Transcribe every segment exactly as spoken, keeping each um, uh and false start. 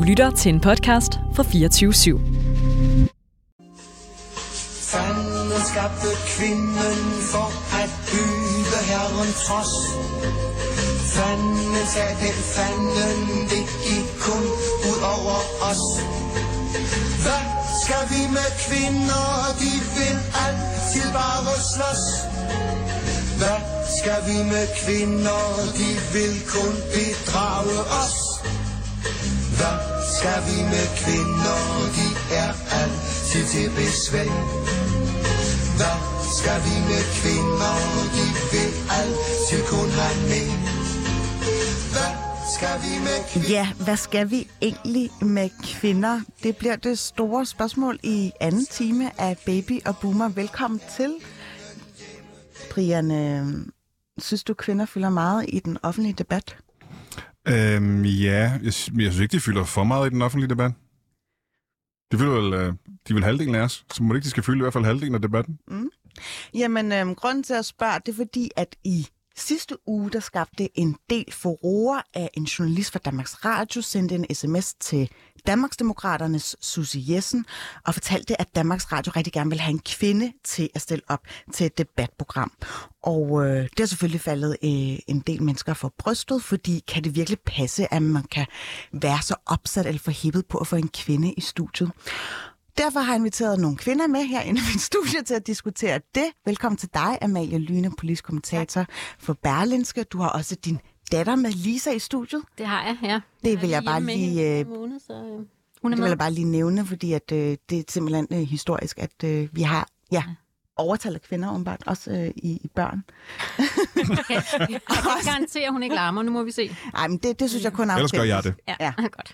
lytter til en podcast fra fireogtyve syv. Fanden skabte kvinden for at byde herren trods. Fanden sagde den fanden, det gik kun ud over os. Hvad skal vi med kvinder, de vil altid bare slås. Hvad skal vi med kvinder, de vil kun bedrage os. Hvad skal vi med kvinder, de er altid til besvær. Hvad skal vi med kvinder, de vil altid kun have med. Hvad skal vi med kvinder? Ja, hvad skal vi egentlig med kvinder? Det bliver det store spørgsmål i anden time af Baby og Boomer. Velkommen til. Brian, øh, synes du, kvinder fylder meget i den offentlige debat? Øhm, ja, jeg, jeg synes ikke, de fylder for meget i den offentlige debat. De fylder vel, øh, de vil halvdelen af os, så må det ikke, de skal fylde i hvert fald halvdelen af debatten. Mm. Jamen, øh, grunden til at spørge, det er fordi, at i sidste uge, der skabte en del furore af en journalist fra Danmarks Radio, sendte en sms til Danmarksdemokraternes Susie Jessen og fortalte, at Danmarks Radio rigtig gerne vil have en kvinde til at stille op til et debatprogram. Og øh, det har selvfølgelig faldet øh, en del mennesker for brystet, fordi kan det virkelig passe, at man kan være så opsat eller forhippet på at få en kvinde i studiet? Derfor har jeg inviteret nogle kvinder med her inde i min studie til at diskutere det. Velkommen til dig, Amalie Lyne, politisk kommentator for Berlingske. Du har også din datter med, Lisa, i studiet. Det har jeg, ja. Det vil jeg bare lige, øh, måned, så, øh, hun det er vil med. jeg bare lige nævne, fordi at, øh, det er simpelthen øh, historisk, at øh, vi har ja, overtal af kvinder, åbenbart, også øh, i, i børn. Okay. Jeg kan garantere, at hun ikke larmer. Nu må vi se. Nej, men det, det synes jeg kun er Ellers gør jeg det. Ja, Ja. godt.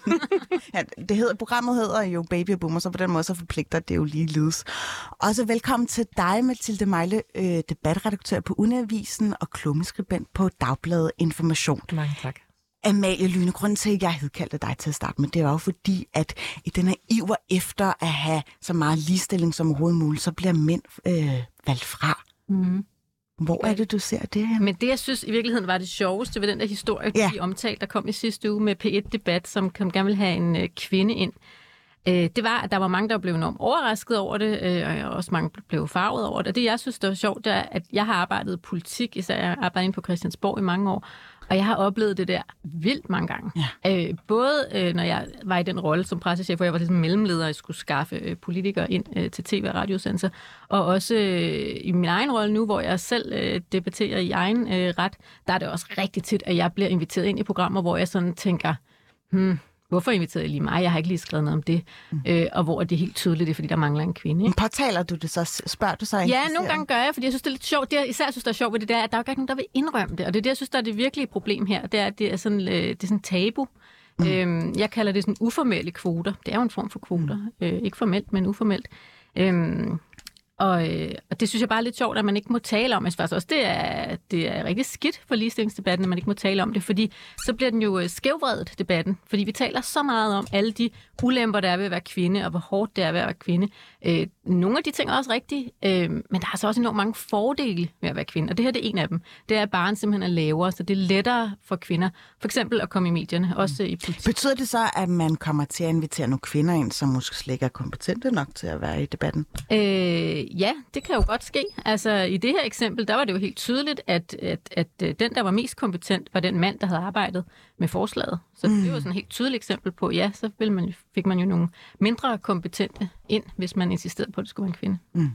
ja, det hedder, programmet hedder jo Baby og Boomer, så på den måde så forpligter det jo lige lides. Også velkommen til dig, Mathilde Meile, øh, debatredaktør på Uniavisen og klummeskribent på Dagbladet Information. Mange tak. Amalie Lyne, grunden til, at jeg havde kaldt dig til at starte med, det er jo fordi, at i den her iver efter at have så meget ligestilling som overhovedet muligt, så bliver mænd øh, valgt fra. Mm. Hvor er det, du ser det her? Men det, jeg synes i virkeligheden var det sjoveste ved den der historie, Ja. de omtalte, der kom i sidste uge med P et-debat, som gerne ville have en øh, kvinde ind. Øh, det var, at der var mange, der blev enormt overrasket over det, øh, og også mange blev farvet over det. Og det, jeg synes, der var sjovt, det er, at jeg har arbejdet i politik, især jeg har arbejdet inde på Christiansborg i mange år, og jeg har oplevet det der vildt mange gange. Ja. Øh, både øh, når jeg var i den rolle som pressechef, hvor jeg var ligesom mellemleder og skulle skaffe øh, politikere ind øh, til tv- og radiosendelser, og også øh, i min egen rolle nu, hvor jeg selv øh, debatterer i egen øh, ret, der er det også rigtig tit, at jeg bliver inviteret ind i programmer, hvor jeg sådan tænker, hmm, hvorfor inviterede jeg lige mig? Jeg har ikke lige skrevet noget om det. Mm. Øh, og hvor det er helt tydeligt, det er, fordi der mangler en kvinde. Ikke? Påtaler du det så? Spørger du så? Ja, nogle gange gør jeg, fordi jeg synes, det er lidt sjovt. Det, jeg især synes, der er sjovt ved det, der er, at der er ikke nogen, der vil indrømme det. Og det er det, jeg synes, der er det virkelige problem her. Det er, at det er sådan, øh, det er sådan tabu. Mm. Øhm, jeg kalder det sådan uformelle kvoter. Det er jo en form for kvoter. Mm. Øh, ikke formelt, men uformelt. Øhm, Og, øh, og det synes jeg bare er lidt sjovt, at man ikke må tale om. Jeg synes også, det er, det er rigtig skidt for ligestillingsdebatten, at man ikke må tale om det, fordi så bliver den jo skævvredet, debatten. Fordi vi taler så meget om alle de ulemper, der er ved at være kvinde, og hvor hårdt det er ved at være kvinde. Øh, nogle af de ting er også rigtige, øh, men der er så også enormt mange fordele ved at være kvinde, og det her det er en af dem. Det er, at barn simpelthen er lavere, så det er lettere for kvinder, for eksempel at komme i medierne, også i politik. Betyder det så, at man kommer til at invitere nogle kvinder ind, som måske slet ikke er kompetente nok til at være i debatten? Øh, Ja, det kan jo godt ske. Altså, i det her eksempel, der var det jo helt tydeligt, at, at, at den, der var mest kompetent, var den mand, der havde arbejdet med forslaget. Så mm. det var sådan et helt tydeligt eksempel på, ja, så ville man, fik man jo nogle mindre kompetente ind, hvis man insisterede på, at det skulle være en kvinde. Mm.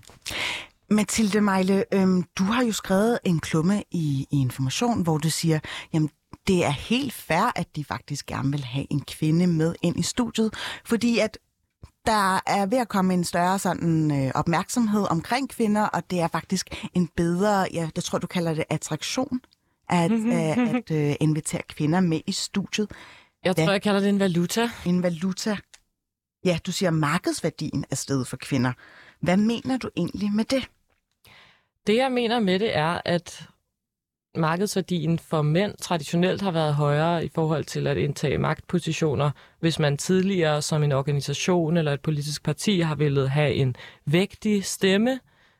Mathilde Meile, øhm, du har jo skrevet en klumme i, i Information, hvor du siger, jamen, det er helt fair, at de faktisk gerne vil have en kvinde med ind i studiet, fordi at der er ved at komme en større sådan, øh, opmærksomhed omkring kvinder, og det er faktisk en bedre, ja, det tror du kalder det attraktion, at, øh, at øh, invitere kvinder med i studiet. Jeg tror, Hvad? jeg kalder det en valuta. En valuta. Ja, du siger, markedsværdien er steget for kvinder. Hvad mener du egentlig med det? Det, jeg mener med det, er, at markedsværdien for mænd traditionelt har været højere i forhold til at indtage magtpositioner. Hvis man tidligere som en organisation eller et politisk parti har villet have en vægtig stemme,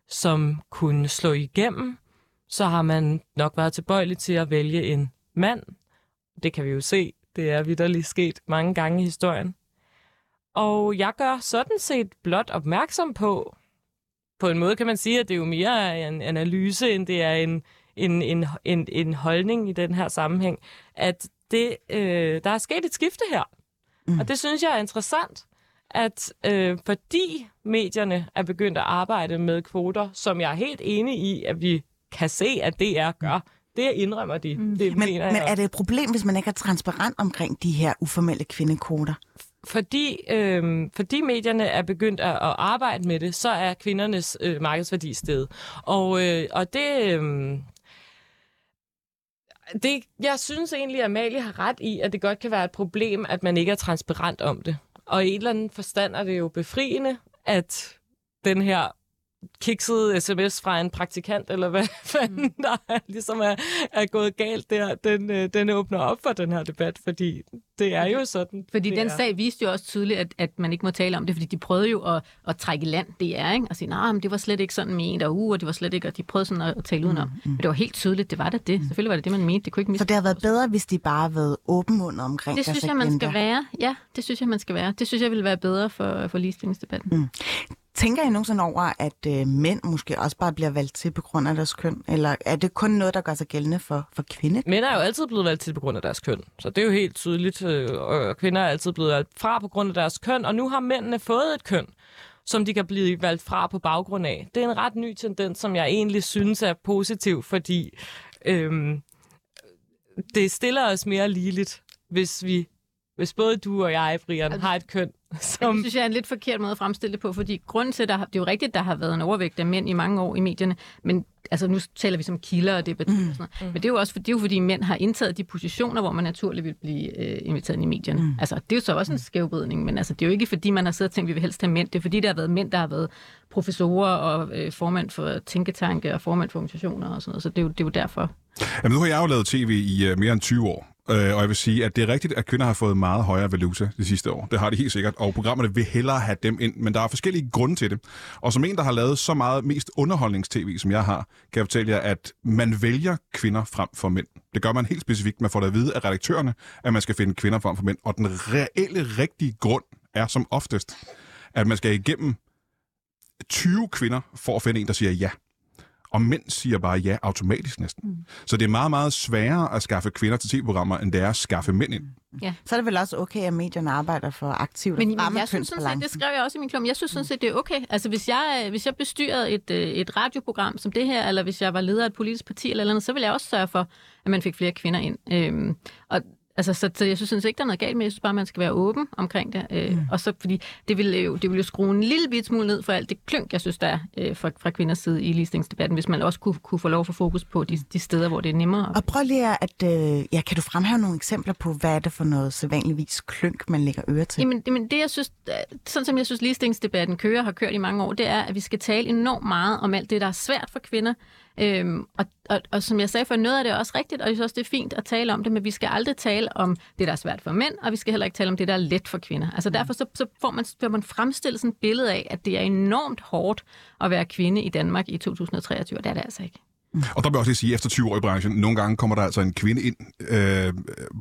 som kunne slå igennem, så har man nok været tilbøjelig til at vælge en mand. Det kan vi jo se Det er vitterligt sket mange gange i historien. Og jeg gør sådan set blot opmærksom på, på en måde kan man sige, at det er jo mere en analyse, end det er en, en, en, en, en holdning i den her sammenhæng, at det, øh, der er sket et skifte her. Mm. Og det synes jeg er interessant, at øh, fordi medierne er begyndt at arbejde med kvoter, som jeg er helt enig i, at vi kan se, at D R gør, det indrømmer de. Mm. Det men, mener men jeg. er det et problem, hvis man ikke er transparent omkring de her uformelle kvindekvoter? Fordi, øh, fordi medierne er begyndt at, at arbejde med det, så er kvindernes øh, markedsværdi steget. Og, øh, og det, øh, det... Jeg synes egentlig, at Amalie har ret i, at det godt kan være et problem, at man ikke er transparent om det. Og i en eller anden forstand er det jo befriende, at den her kiksede sms fra en praktikant, eller hvad fanden mm. der er, ligesom er, er gået galt der, den, den åbner op for den her debat, fordi det er jo sådan. Fordi den er. sag viste jo også tydeligt, at, at man ikke må tale om det, fordi de prøvede jo at, at trække i land, det er, ikke? Og sige, nej, men det var slet ikke sådan ment, og uh, og det var slet ikke, og de prøvede sådan at, at tale udenom. Mm, mm. Men det var helt tydeligt, det var da det. Selvfølgelig var det det, man mente. Det kunne ikke Så det har været bedre, hvis de bare har været åbenmundet omkring det synes jeg, man skal være. Ja, det synes jeg, man skal være. Det synes jeg ville være bedre for, for ligestillingsdebatten. Mm. Tænker I nogensinde over, at øh, mænd måske også bare bliver valgt til på grund af deres køn? Eller er det kun noget, der gør sig gældende for, for kvinder? Mænd er jo altid blevet valgt til på grund af deres køn. Så det er jo helt tydeligt. Og kvinder er altid blevet valgt fra på grund af deres køn. Og nu har mændene fået et køn, som de kan blive valgt fra på baggrund af. Det er en ret ny tendens, som jeg egentlig synes er positiv, fordi øhm, det stiller os mere ligeligt, hvis vi... Hvis både du og jeg, Brian, altså, har et køn, som... Det synes jeg er en lidt forkert måde at fremstille det på, fordi grunden til, at der, det er jo rigtigt, at der har været en overvægt af mænd i mange år i medierne, men altså nu taler vi som kilder og debatter mm. og sådan noget. Mm. Men det er jo også fordi, det er jo fordi, mænd har indtaget de positioner, hvor man naturligt vil blive øh, inviteret ind i medierne. Mm. Altså, det er jo så også en skævvridning, men altså, det er jo ikke fordi, man har siddet og tænkt, at vi vil helst have mænd. Det er fordi, der har været mænd, der har været professorer og øh, formand for tænketanke og formand for organisationer og sådan noget. Så det er jo, det er jo derfor. Jamen, nu har jeg jo lavet tv i uh, mere end tyve år. Og jeg vil sige, at det er rigtigt, at kvinder har fået meget højere valuta de sidste år. Det har de helt sikkert, og programmerne vil hellere have dem ind, men der er forskellige grunde til det. Og som en, der har lavet så meget mest underholdningstv, som jeg har, kan jeg fortælle jer, at man vælger kvinder frem for mænd. Det gør man helt specifikt. Man får da at vide af redaktørerne, at man skal finde kvinder frem for mænd. Og den reelle, rigtige grund er som oftest, at man skal igennem tyve kvinder for at finde en, der siger ja. Og mænd siger bare ja automatisk næsten. Mm. Så det er meget, meget sværere at skaffe kvinder til tv-programmer, end det er at skaffe mænd ind. Ja. Så er det vel også okay, at medierne arbejder for aktivt men, at men jeg synes sådan set, det skrev jeg også i min klum, jeg synes sådan set, det er okay. Altså hvis jeg, hvis jeg bestyrede et, et radioprogram som det her, eller hvis jeg var leder af et politisk parti eller andet, så ville jeg også sørge for, at man fik flere kvinder ind. Øhm, og Altså, så, så jeg synes ikke, der er noget galt med. Jeg synes bare, man skal være åben omkring det. Øh, mm. Og så, fordi det vil, jo, det vil jo skrue en lille bit smule ned for alt det klynk, jeg synes, der er øh, fra, fra kvinders side i ligestillingsdebatten, hvis man også kunne, kunne få lov at få fokus på de, de steder, hvor det er nemmere. Og prøv lige at, øh, ja, kan du fremhæve nogle eksempler på, hvad er det for noget sædvanligvis klynk, man lægger øre til? Jamen, det, men det, jeg synes, sådan som jeg synes, ligestillingsdebatten kører, har kørt i mange år, det er, at vi skal tale enormt meget om alt det, der er svært for kvinder. Øhm, og, og, og som jeg sagde før, noget af det er også rigtigt, og jeg synes også, det er fint at tale om det, men vi skal aldrig tale om det, der er svært for mænd, og vi skal heller ikke tale om det, der er let for kvinder. Altså mm. derfor så, så får man, får man fremstillet sådan et billede af, at det er enormt hårdt at være kvinde i Danmark i to tusind og treogtyve, og det er det altså ikke. Mm. Og der vil jeg også lige sige, at efter tyve år i branchen, nogle gange kommer der altså en kvinde ind, øh,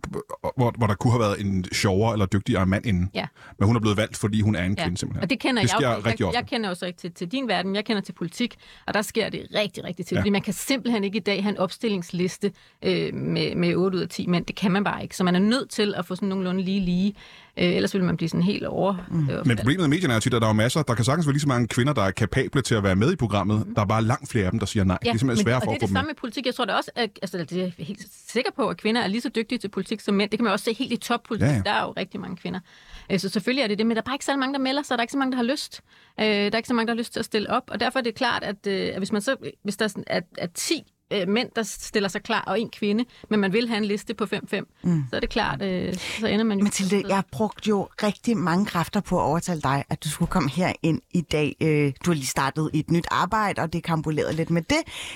hvor, hvor der kunne have været en sjovere eller dygtigere mand inden. Ja. Men hun er blevet valgt, fordi hun er en ja. kvinde simpelthen. Og det kender det jeg jo. Jeg, jeg, jeg kender også ikke til, til din verden, jeg kender til politik, og der sker det rigtig, rigtig til. Ja. Fordi man kan simpelthen ikke i dag have en opstillingsliste øh, med, med otte ud af ti mænd. Det kan man bare ikke. Så man er nødt til at få sådan nogenlunde lige lige. Øh, ellers vil man blive sådan helt over. Mm. Øh, Men problemet med medierne er jo tit, at der er masser. Der kan sagtens være lige så mange kvinder, der er kapable til at være med i programmet. Mm. Der er bare langt flere af dem, der siger nej. Ja, det er simpelthen svært for at få dem. Og det er det samme med politik. Jeg tror da også, at, altså, det er jeg helt sikker på, at kvinder er lige så dygtige til politik som mænd. Det kan man også se helt i toppolitik. Ja, ja. Der er jo rigtig mange kvinder. Så selvfølgelig er det det, men der er bare ikke så mange, der melder sig. Der er ikke så mange, der har lyst. Der er ikke så mange, der har lyst til at stille op. Og derfor er det klart, at, at hvis man så, hvis der er, er ti mænd, der stiller sig klar, og en kvinde, men man vil have en liste på fem fem, mm. så er det klart, øh, så ender man jo... Mathilde, jeg har brugt jo rigtig mange kræfter på at overtale dig, at du skulle komme her ind i dag. Øh, du har lige startet et nyt arbejde, og det er kampoleret lidt med det.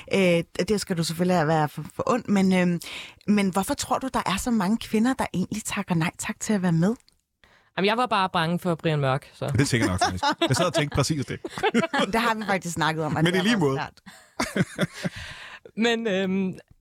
Øh, det skal du selvfølgelig være for, for ondt, men, øh, men hvorfor tror du, der er så mange kvinder, der egentlig takker nej tak til at være med? Jamen, jeg var bare bange for Brian Mørk. Så. Det tænker jeg nok faktisk. Jeg sad og tænkte præcis det. Det har vi faktisk snakket om. Men det er lige måde. Men øhm,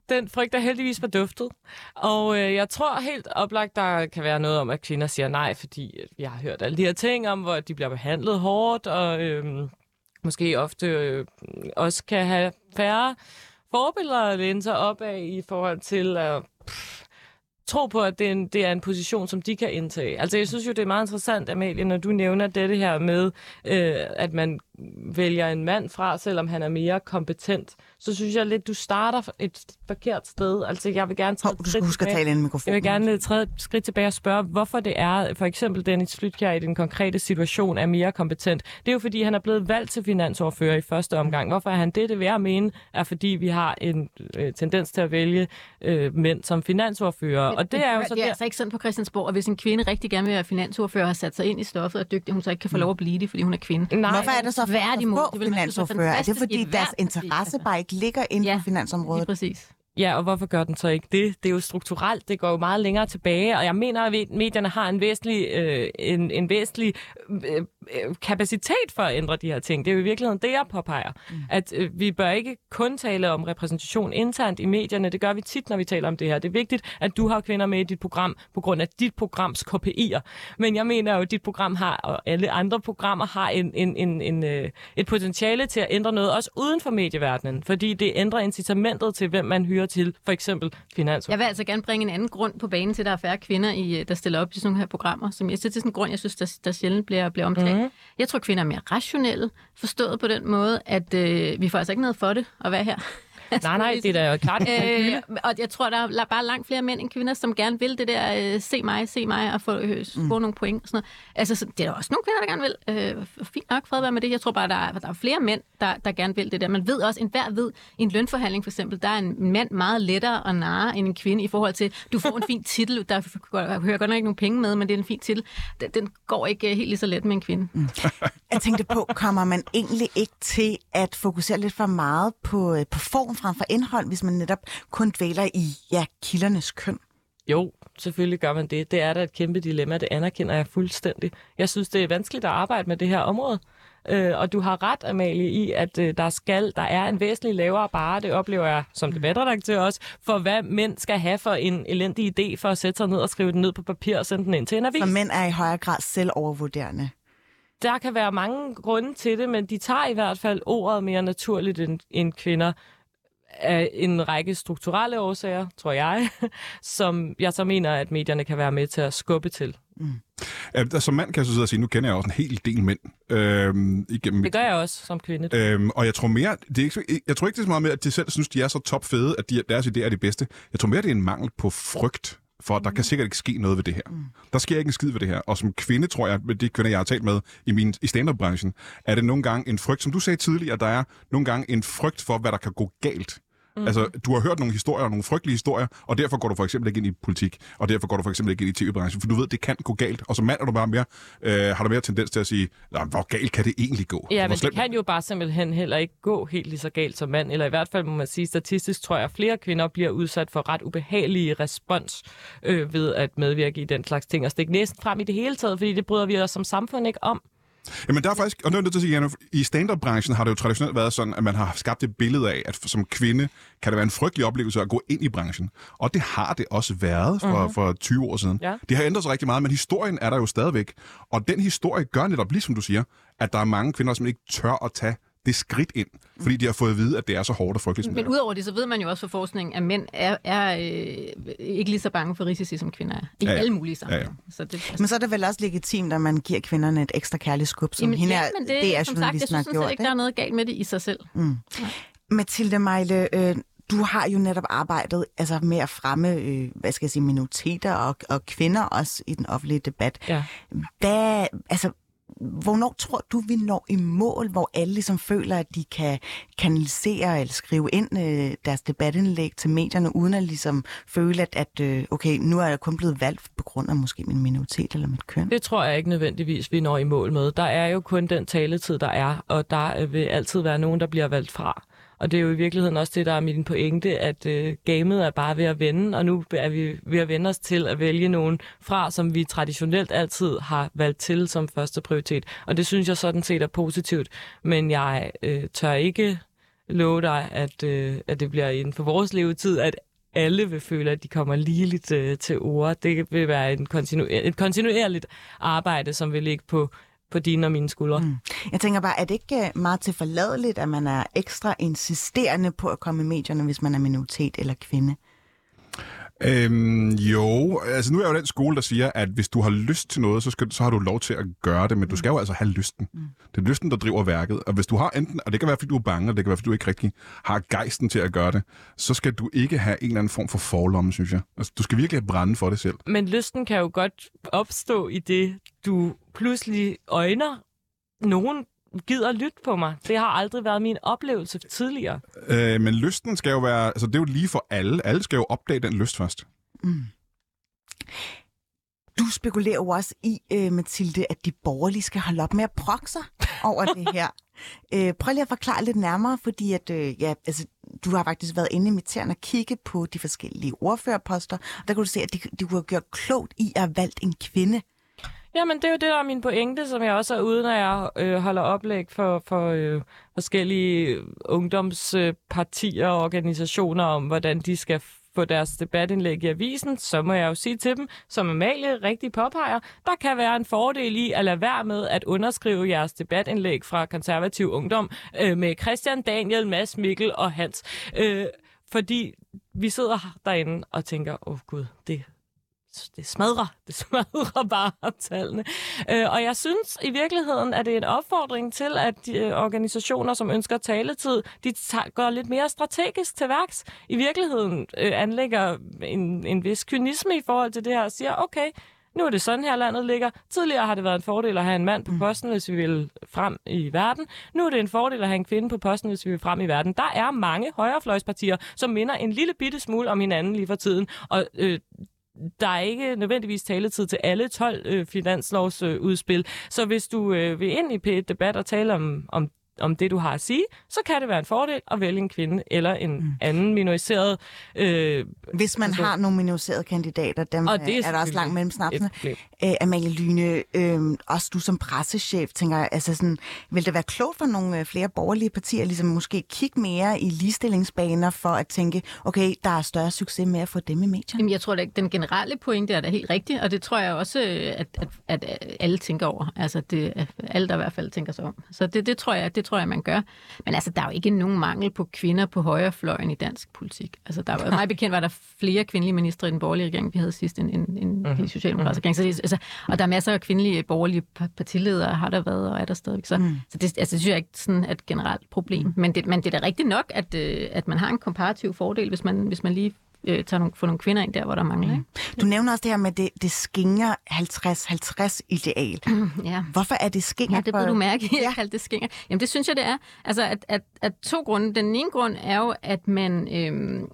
Den frygt er heldigvis forduftet. Og øh, jeg tror helt oplagt, der kan være noget om, at kvinder siger nej, fordi jeg har hørt alle de her ting om, hvor de bliver behandlet hårdt, og øh, måske ofte øh, også kan have færre forbilleder at læne sig op af i forhold til at pff, tro på, at det er, en, det er en position, som de kan indtage. Altså, jeg synes jo, det er meget interessant, Amalie, når du nævner dette her med, øh, at man vælger en mand fra, selvom han er mere kompetent. Så synes jeg lidt, du starter et forkert sted. Altså, jeg vil gerne træde oh, du skal huske at tale ind i mikrofonen. Jeg vil gerne træde et skridt tilbage og spørge, hvorfor det er, for eksempel Dennis Flydtkjær i den konkrete situation er mere kompetent. Det er jo, fordi han er blevet valgt til finansordfører i første omgang. Hvorfor er han det? Det vil jeg mene, er fordi vi har en øh, tendens til at vælge øh, mænd som finansordfører. Men, og det er jo så det er altså ikke sådan på Christiansborg, at hvis en kvinde rigtig gerne vil være finansordfører og har sat sig ind i stoffet og er dygtig, hun så ikke kan få lov at blive det, fordi hun er kvinde. Nej, hvorfor er det så for at få finansordfører? Er det fordi deres interesse bare ikke ligger inden ja, for finansområdet? Ja, præcis. Ja, og hvorfor gør den så ikke det? Det er jo strukturelt, det går jo meget længere tilbage, og jeg mener, at medierne har en væsentlig, øh, en, en væsentlig øh, kapacitet for at ændre de her ting. Det er jo i virkeligheden det, jeg påpeger. Mm. At øh, vi bør ikke kun tale om repræsentation internt i medierne. Det gør vi tit, når vi taler om det her. Det er vigtigt, at du har kvinder med i dit program på grund af dit programs K P I'er. Men jeg mener jo, at dit program har, og alle andre programmer har en, en, en, en, øh, et potentiale til at ændre noget, også uden for medieverdenen. Fordi det ændrer incitamentet til, hvem man hyrer til, for eksempel finansordfører. Jeg vil altså gerne bringe en anden grund på banen til, at der er færre kvinder, i, der stiller op i sådan nogle her programmer. Som jeg synes, det er sådan en grund, jeg synes, der, der sjældent bliver, bliver omtalt. Mm. Jeg tror, kvinder er mere rationelle, forstået på den måde, at øh, vi får altså ikke noget for det at være her. Nej, nej, det er da jo klart. øh, og jeg tror, der er bare langt flere mænd end kvinder, som gerne vil det der, øh, se mig, se mig, og få, øh, få mm. nogle point og sådan noget. Altså, så, det er der også nogle kvinder, der gerne vil. Øh, fint nok, fred være med det. Jeg tror bare, der er, der er flere mænd, der, der gerne vil det der. Man ved også, enhver ved, i en lønforhandling for eksempel, der er en mand meget lettere at narre end en kvinde i forhold til, du får en fin titel, der hører godt nok ikke nogen penge med, men det er en fin titel. Den, den går ikke helt lige så let med en kvinde. Mm. Jeg tænkte på, kommer man egentlig ikke til at fokusere lidt for meget på, på form frem for indhold, hvis man netop kun dvæler i ja, kildernes køn? Jo, selvfølgelig gør man det. Det er da et kæmpe dilemma, det anerkender jeg fuldstændig. Jeg synes, det er vanskeligt at arbejde med det her område. Øh, og du har ret, Amalie, i, at øh, der skal, der er en væsentlig lavere barre, det oplever jeg som debatredaktør også, for hvad mænd skal have for en elendig idé for at sætte sig ned og skrive den ned på papir og sende den ind til en avis. For mænd er i højere grad selvovervurderende. Der kan være mange grunde til det, men de tager i hvert fald ordet mere naturligt end, end kvinder. Af en række strukturelle årsager, tror jeg, som jeg så mener, at medierne kan være med til at skubbe til. Mm. Ja, som mand kan jeg så sidde og sige, nu kender jeg også en hel del mænd. Øhm, igennem det gør jeg også som kvinde. Øhm, og jeg tror mere, det er ikke, jeg tror ikke det er så meget med, at de selv synes, de er så topfede, at de, deres idéer er de bedste. Jeg tror mere, det er en mangel på frygt, for der kan sikkert ikke ske noget ved det her. Mm. Der sker ikke en skid ved det her. Og som kvinde, tror jeg, med de kvinder, jeg har talt med i, min, i stand-up-branchen, er det nogle gange en frygt, som du sagde tidligere, der er nogle gange en frygt for, hvad der kan gå galt. Mm. Altså, du har hørt nogle historier, nogle frygtelige historier, og derfor går du for eksempel ikke ind i politik, og derfor går du for eksempel ikke ind i T V-branchen, for du ved, det kan gå galt. Og som mand er du bare mere, øh, har du mere tendens til at sige, hvor galt kan det egentlig gå? Ja, men det kan jo bare simpelthen heller ikke gå helt lige så galt som mand, eller i hvert fald må man sige, statistisk tror jeg, at flere kvinder bliver udsat for ret ubehagelige respons øh, ved at medvirke i den slags ting, og stikke næsten frem i det hele taget, fordi det bryder vi os som samfund ikke om. Jamen der er faktisk, og nu er jeg nødt til at sige, Janne, i stand-up-branchen har det jo traditionelt været sådan, at man har skabt et billede af, at som kvinde kan det være en frygtelig oplevelse at gå ind i branchen. Og det har det også været for, mm-hmm. for tyve år siden. Ja. Det har ændret sig rigtig meget, men historien er der jo stadigvæk. Og den historie gør netop, ligesom du siger, at der er mange kvinder, som ikke tør at tage det skridt ind, fordi de har fået at vide, at det er så hårdt og frygteligt. Men udover det, så ved man jo også fra forskningen, at mænd er, er øh, ikke lige så bange for risici, som kvinder er. I ja, ja. alle mulige sammenhænge. Ja, ja. Så det, altså... Men så er det vel også legitimt, at man giver kvinderne et ekstra kærligt skub, som Jamen, hende ja, er, men det, det er som sagt, jeg synes gjort, ikke, der er noget galt med det i sig selv. Mm. Ja. Mathilde Meile, øh, du har jo netop arbejdet altså, med at fremme øh, hvad skal jeg sige, minoriteter og, og kvinder også i den offentlige debat. Ja. Hvad, altså, hvornår tror du, vi når i mål, hvor alle ligesom føler, at de kan kanalisere eller skrive ind øh, deres debatindlæg til medierne, uden at ligesom føle, at, at øh, okay, nu er jeg kun blevet valgt på grund af måske min minoritet eller mit køn? Det tror jeg ikke nødvendigvis, vi når i mål med. Der er jo kun den taletid, der er, og der vil altid være nogen, der bliver valgt fra. Og det er jo i virkeligheden også det, der er min pointe, at øh, gamet er bare ved at vende, og nu er vi ved at vende os til at vælge nogen fra, som vi traditionelt altid har valgt til som første prioritet. Og det synes jeg sådan set er positivt, men jeg øh, tør ikke love dig, at, øh, at det bliver inden for vores levetid, at alle vil føle, at de kommer ligeligt øh, til ord. Det vil være en kontinu- et kontinuerligt arbejde, som vil ligge på, på dine og mine skuldre. Mm. Jeg tænker bare, er det ikke meget tilforladeligt, at man er ekstra insisterende på at komme i medierne, hvis man er minoritet eller kvinde? Øhm, jo, altså nu er jeg jo den skole, der siger, at hvis du har lyst til noget, så, skal, så har du lov til at gøre det, men du skal jo altså have lysten. Mm. Det er lysten, der driver værket, og hvis du har enten, og det kan være, fordi du er bange, og det kan være, fordi du ikke rigtig har gejsten til at gøre det, så skal du ikke have en eller anden form for forlomme, synes jeg. Altså, du skal virkelig brænde for det selv. Men lysten kan jo godt opstå i det, du pludselig øjner nogen gider lytte på mig. Det har aldrig været min oplevelse tidligere. Øh, men lysten skal jo være, altså det er jo lige for alle. Alle skal jo opdage den lyst først. Mm. Du spekulerer jo også i, øh, Mathilde, at de borgerlige skal holde op med at brokke sig over det her. Øh, prøv lige at forklare lidt nærmere, fordi at, øh, ja, altså, du har faktisk været inde i inviterende og kigge på de forskellige ordførerposter, og der kunne du se, at de, de kunne have gjort klogt i at have valgt en kvinde. Jamen, det er jo det, der er min pointe, som jeg også er ude, når jeg øh, holder oplæg for, for øh, forskellige ungdomspartier og organisationer om, hvordan de skal få deres debatindlæg i avisen. Så må jeg jo sige til dem, som Amalie rigtig påpeger, der kan være en fordel i at lade være med at underskrive jeres debatindlæg fra Konservativ Ungdom øh, med Christian, Daniel, Mads, Mikkel og Hans. Øh, fordi vi sidder derinde og tænker, åh oh, gud, det Det smadrer, det smadrer bare tallene. Øh, og jeg synes i virkeligheden, at det er en opfordring til, at de øh, organisationer, som ønsker taletid, de tager, går lidt mere strategisk til værks. I virkeligheden øh, anlægger en, en vis kynisme i forhold til det her og siger, okay, nu er det sådan her landet ligger. Tidligere har det været en fordel at have en mand på posten, hvis vi vil frem i verden. Nu er det en fordel at have en kvinde på posten, hvis vi vil frem i verden. Der er mange højrefløjspartier, som minder en lille bitte smule om hinanden lige for tiden. Og øh, der er ikke nødvendigvis taletid til alle tolv øh, finanslovsudspil. Øh, så hvis du øh, vil ind i P et-debat og tale om, om, om det, du har at sige, så kan det være en fordel at vælge en kvinde eller en mm. anden minoriseret... Øh, hvis man person. har nogle minoriserede kandidater, dem og det er, er der også langt mellem snapsene. Æ, Amalie Lyne, øh, også du som pressechef, tænker jeg, altså sådan, vil det være klogt for nogle øh, flere borgerlige partier, ligesom måske kigge mere i ligestillingsbaner for at tænke, okay, der er større succes med at få dem i medierne? Jamen, jeg tror at den generelle pointe er da helt rigtig, og det tror jeg også, at, at, at alle tænker over. Altså, det, alle der i hvert fald tænker sig om. Så det, det tror jeg, det tror jeg, man gør. Men altså, der er jo ikke nogen mangel på kvinder på højrefløjen i dansk politik. Altså, der var, meget bekendt var der flere kvindelige ministre i den borgerlige regering, vi havde sidst en, en, en mm-hmm. socialdemokratisk regering. Så det, altså, og der er masser af kvindelige borgerlige partiledere, har der været og er der stadigvæk. Så, mm. så det, altså, det synes jeg ikke sådan er et generelt problem. Men det, men det er da rigtigt nok, at, at man har en komparativ fordel, hvis man, hvis man lige øh, tager nogle, får nogle kvinder ind der, hvor der mangler. Mm. Du nævner også det her med det, det skinger halvtreds halvtreds ideal. Mm, ja. Hvorfor er det skinger? Ja, det burde du mærke, at jeg kaldte det skinger. Jamen, det synes jeg, det er. Altså, at, at, at to grunde. Den ene grund er jo, at man... Øhm,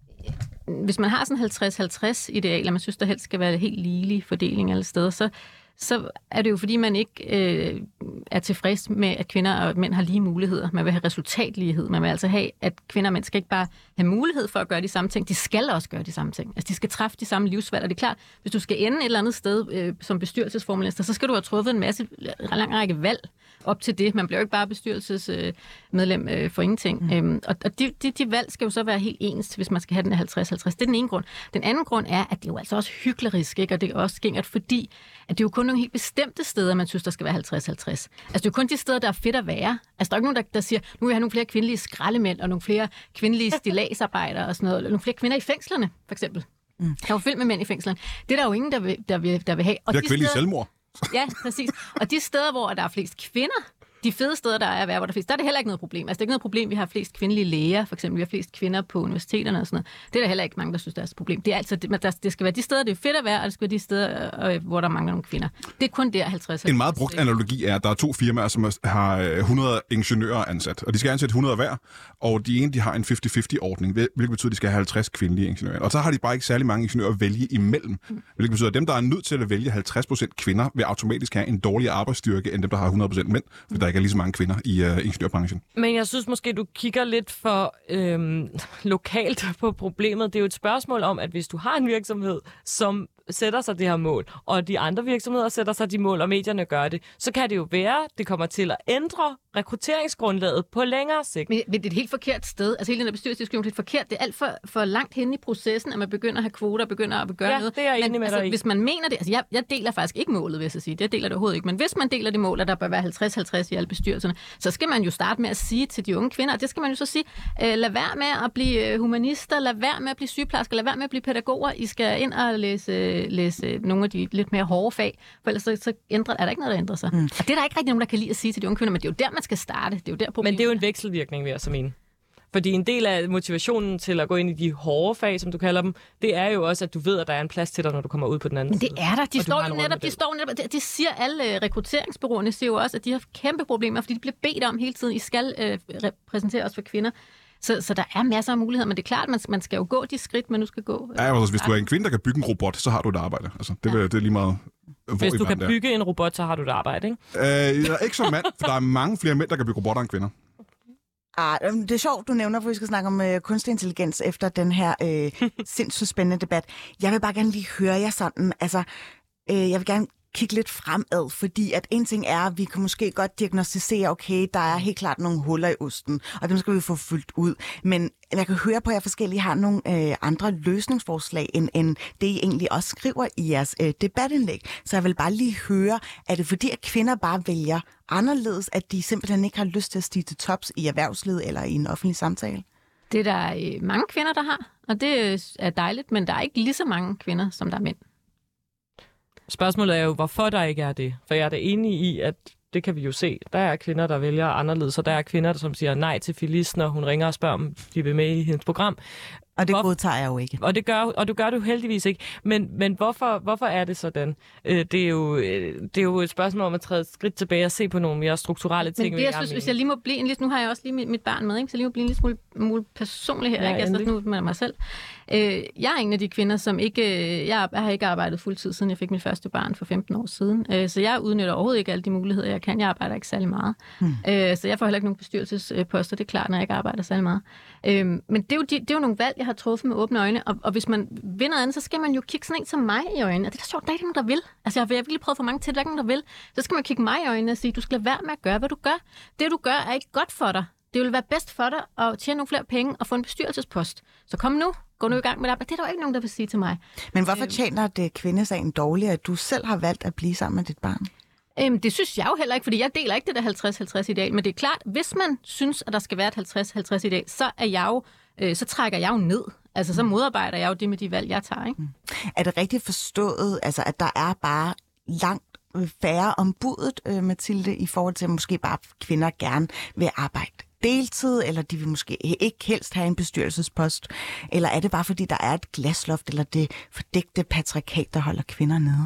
hvis man har sådan halvtreds halvtreds ideal, og man synes, der helst skal være helt ligelig fordeling alle steder, så, så er det jo, fordi man ikke øh, er tilfreds med, at kvinder og mænd har lige muligheder. Man vil have resultatlighed. Man vil altså have, at kvinder og mænd skal ikke bare have mulighed for at gøre de samme ting. De skal også gøre de samme ting. Altså, de skal træffe de samme livsvalg. Og det er klart, hvis du skal ende et eller andet sted øh, som bestyrelsesformalister, så skal du have truffet en masse lang række valg op til det. Man bliver jo ikke bare bestyrelsesmedlem øh, for ingenting. Mm. Øhm, og og de, de, de valg skal jo så være helt ens, hvis man skal have den halvtreds halvtreds. Det er den ene grund. Den anden grund er, at det er jo altså også hyklerisk, ikke? Og det er også skingert, fordi at det er jo kun nogle helt bestemte steder, man synes, der skal være halvtreds halvtreds. Altså det er jo kun de steder, der er fedt at være. Altså der er ikke nogen, der, der siger, nu vil jeg have nogle flere kvindelige skraldemænd, og nogle flere kvindelige stilladsarbejdere og sådan noget. Nogle flere kvinder i fængslerne, for eksempel. Mm. Der er jo fyldt med mænd i fængslerne. Det er der jo ingen, der vil, der vil, der vil have. Og det er kvindelige steder, selvmord. Ja, præcis. Og de steder, hvor der er flest kvinder, de fede steder, der er, hvor der er flest, der er det heller ikke noget problem. Altså, det er ikke noget problem, vi har flest kvindelige læger, for eksempel. Vi har flest kvinder på universiteterne og sådan noget. Det er der heller ikke mange, der synes, der er et problem. Det er altså, det, der, det skal være de steder, det er fedt at være, og det skal være de steder, hvor der mangler nogle kvinder. Det er kun der halvtreds. En meget brugt analogi er, at der er to firmaer, som har hundrede ingeniører ansat, og de skal ansætte hundrede hver, og de ene, de har en halvtreds halvtreds-ordning, hvilket betyder, at de skal have halvtreds kvindelige ingeniører. Og så har de bare ikke særlig mange ingeniører at vælge imellem, hvilket betyder, at dem, der er nødt til at vælge halvtreds procent kvinder, vil automatisk have en dårligere arbejdsstyrke, end dem, der har hundrede procent mænd, fordi der ikke er lige så mange kvinder i uh, ingeniørbranchen. Men jeg synes måske, du kigger lidt for øhm, lokalt på problemet. Det er jo et spørgsmål om, at hvis du har en virksomhed, som sætter sig det her mål, og de andre virksomheder sætter sig de mål, og medierne gør det, så kan det jo være, det kommer til at ændre rekrutteringsgrundlaget på længere sigt. Men, men det er et helt forkert sted. Altså hele den der bestyrelsesdiskussion, det er et forkert. Det er alt for, for langt hen i processen, at man begynder at have kvoter og begynder at gøre ja, noget. det er jeg men, enig med altså, dig i. Hvis man mener det, altså jeg, jeg deler faktisk ikke målet, vil jeg sige. Det deler det overhovedet ikke. Men hvis man deler det mål, at der bør være halvtreds halvtreds i alle bestyrelserne, så skal man jo starte med at sige til de unge kvinder, og det skal man jo så sige, øh, lad være med at blive humanister, lad være med at blive sygeplejersker, lad være med at blive pædagoger. I skal ind og læse, læse nogle af de lidt mere hårde fag, for ellers så, så ændrer, er der ikke noget, der ændrer sig. Mm. Og det er der ikke rigtig nogen, der kan lide at sige til de unge kvinder, men det er jo der, man skal starte. Det er jo der problemet. Men det er jo en vekselvirkning, vil jeg så mene. Fordi en del af motivationen til at gå ind i de hårde fag, som du kalder dem, det er jo også, at du ved, at der er en plads til dig, når du kommer ud på den anden side. Men det er der. De står jo netop, de står netop, det, det siger alle rekrutteringsbureauerne, siger jo også, at de har kæmpe problemer, fordi de bliver bedt om hele tiden, I skal øh, repræsentere os for kvinder. Så, så der er masser af muligheder, men det er klart, at man, man skal jo gå de skridt, man nu skal gå. Øh, ja, altså, hvis du er en kvinde, der kan bygge en robot, så har du et arbejde. Altså, det, ja. det er lige meget... Hvis du kan bygge der. en robot, så har du et arbejde, ikke? Øh, ikke som mand, for der er mange flere mænd, der kan bygge robotter end kvinder. Ah, det er sjovt, du nævner, for vi skal snakke om øh, kunstig intelligens efter den her øh, sindssygt spændende debat. Jeg vil bare gerne lige høre jer sådan, altså, øh, jeg vil gerne kigge lidt fremad, fordi at en ting er, at vi kan måske godt diagnostisere, okay, der er helt klart nogle huller i osten, og dem skal vi få fyldt ud. Men jeg kan høre på, at jer forskellige har nogle øh, andre løsningsforslag, end, end det I egentlig også skriver i jeres øh, debatindlæg. Så jeg vil bare lige høre, er det fordi, at kvinder bare vælger anderledes, at de simpelthen ikke har lyst til at stige til tops i erhvervslivet eller i en offentlig samtale? Det er der øh, mange kvinder, der har, og det er dejligt, men der er ikke lige så mange kvinder, som der er mænd. Spørgsmålet er jo, hvorfor der ikke er det. For jeg er da enig i, at det kan vi jo se. Der er kvinder, der vælger anderledes, og der er kvinder, der som siger nej til Phyllis, når hun ringer og spørger, om de vil med i hendes program. Og det Hvor... godtager jeg jo ikke. Og det gør, og du gør det jo heldigvis ikke. Men, men hvorfor, hvorfor er det sådan? Øh, det, er jo, øh, det er jo et spørgsmål om at træde et skridt tilbage og se på nogle mere strukturelle ting. Men det, jeg synes, hvis jeg lige må blive en lille... Nu har jeg også lige mit, mit barn med, ikke? Så jeg lige må blive en lille smule, smule personlig her. Ja, ikke? Jeg nu med mig selv. Øh, jeg er en af de kvinder, som ikke... Jeg, jeg har ikke arbejdet fuldtid, siden jeg fik mit første barn for femten år siden. Øh, så jeg udnytter overhovedet ikke alle de muligheder, jeg kan. Jeg arbejder ikke særlig meget. Hmm. Øh, så jeg får heller ikke nogen bestyrelsesposter. Det er klart, når jeg ikke arbejder særlig meget. Øh, men det er, jo de, det er jo nogle valg, jeg har truffet med åbne øjne, og, og hvis man vil noget andet, så skal man jo kigge sådan en som mig i øjnene. Og det er da sjovt, der er ikke nogen, der vil. Altså, jeg har virkelig prøvet for mange til, der er ikke nogen, der vil. Så skal man kigge mig i øjnene og sige, du skal lade være med at gøre, hvad du gør. Det, du gør, er ikke godt for dig. Det vil være bedst for dig at tjene nogle flere penge og få en bestyrelsespost. Så kom nu, gå nu i gang med det. Det er der jo ikke nogen, der vil sige til mig. Men hvorfor tjener det kvindesagen dårligt, at du selv har valgt at blive sammen med dit barn? Øhm, det synes jeg jo heller ikke, fordi jeg deler ikke det der halvtreds halvtreds ideal. Men det er klart, hvis man synes, at der skal være et halvtreds halvtreds ideal, så er jeg jo, øh, så trækker jeg jo ned. Altså, så modarbejder jeg jo det med de valg, jeg tager, ikke? Er det rigtigt forstået, altså, at der er bare langt færre om budet, øh, Mathilde, i forhold til, at måske bare kvinder gerne vil arbejde deltid, eller de vil måske ikke helst have en bestyrelsespost? Eller er det bare, fordi der er et glasloft, eller det fordækte patriarkat, der holder kvinder nede?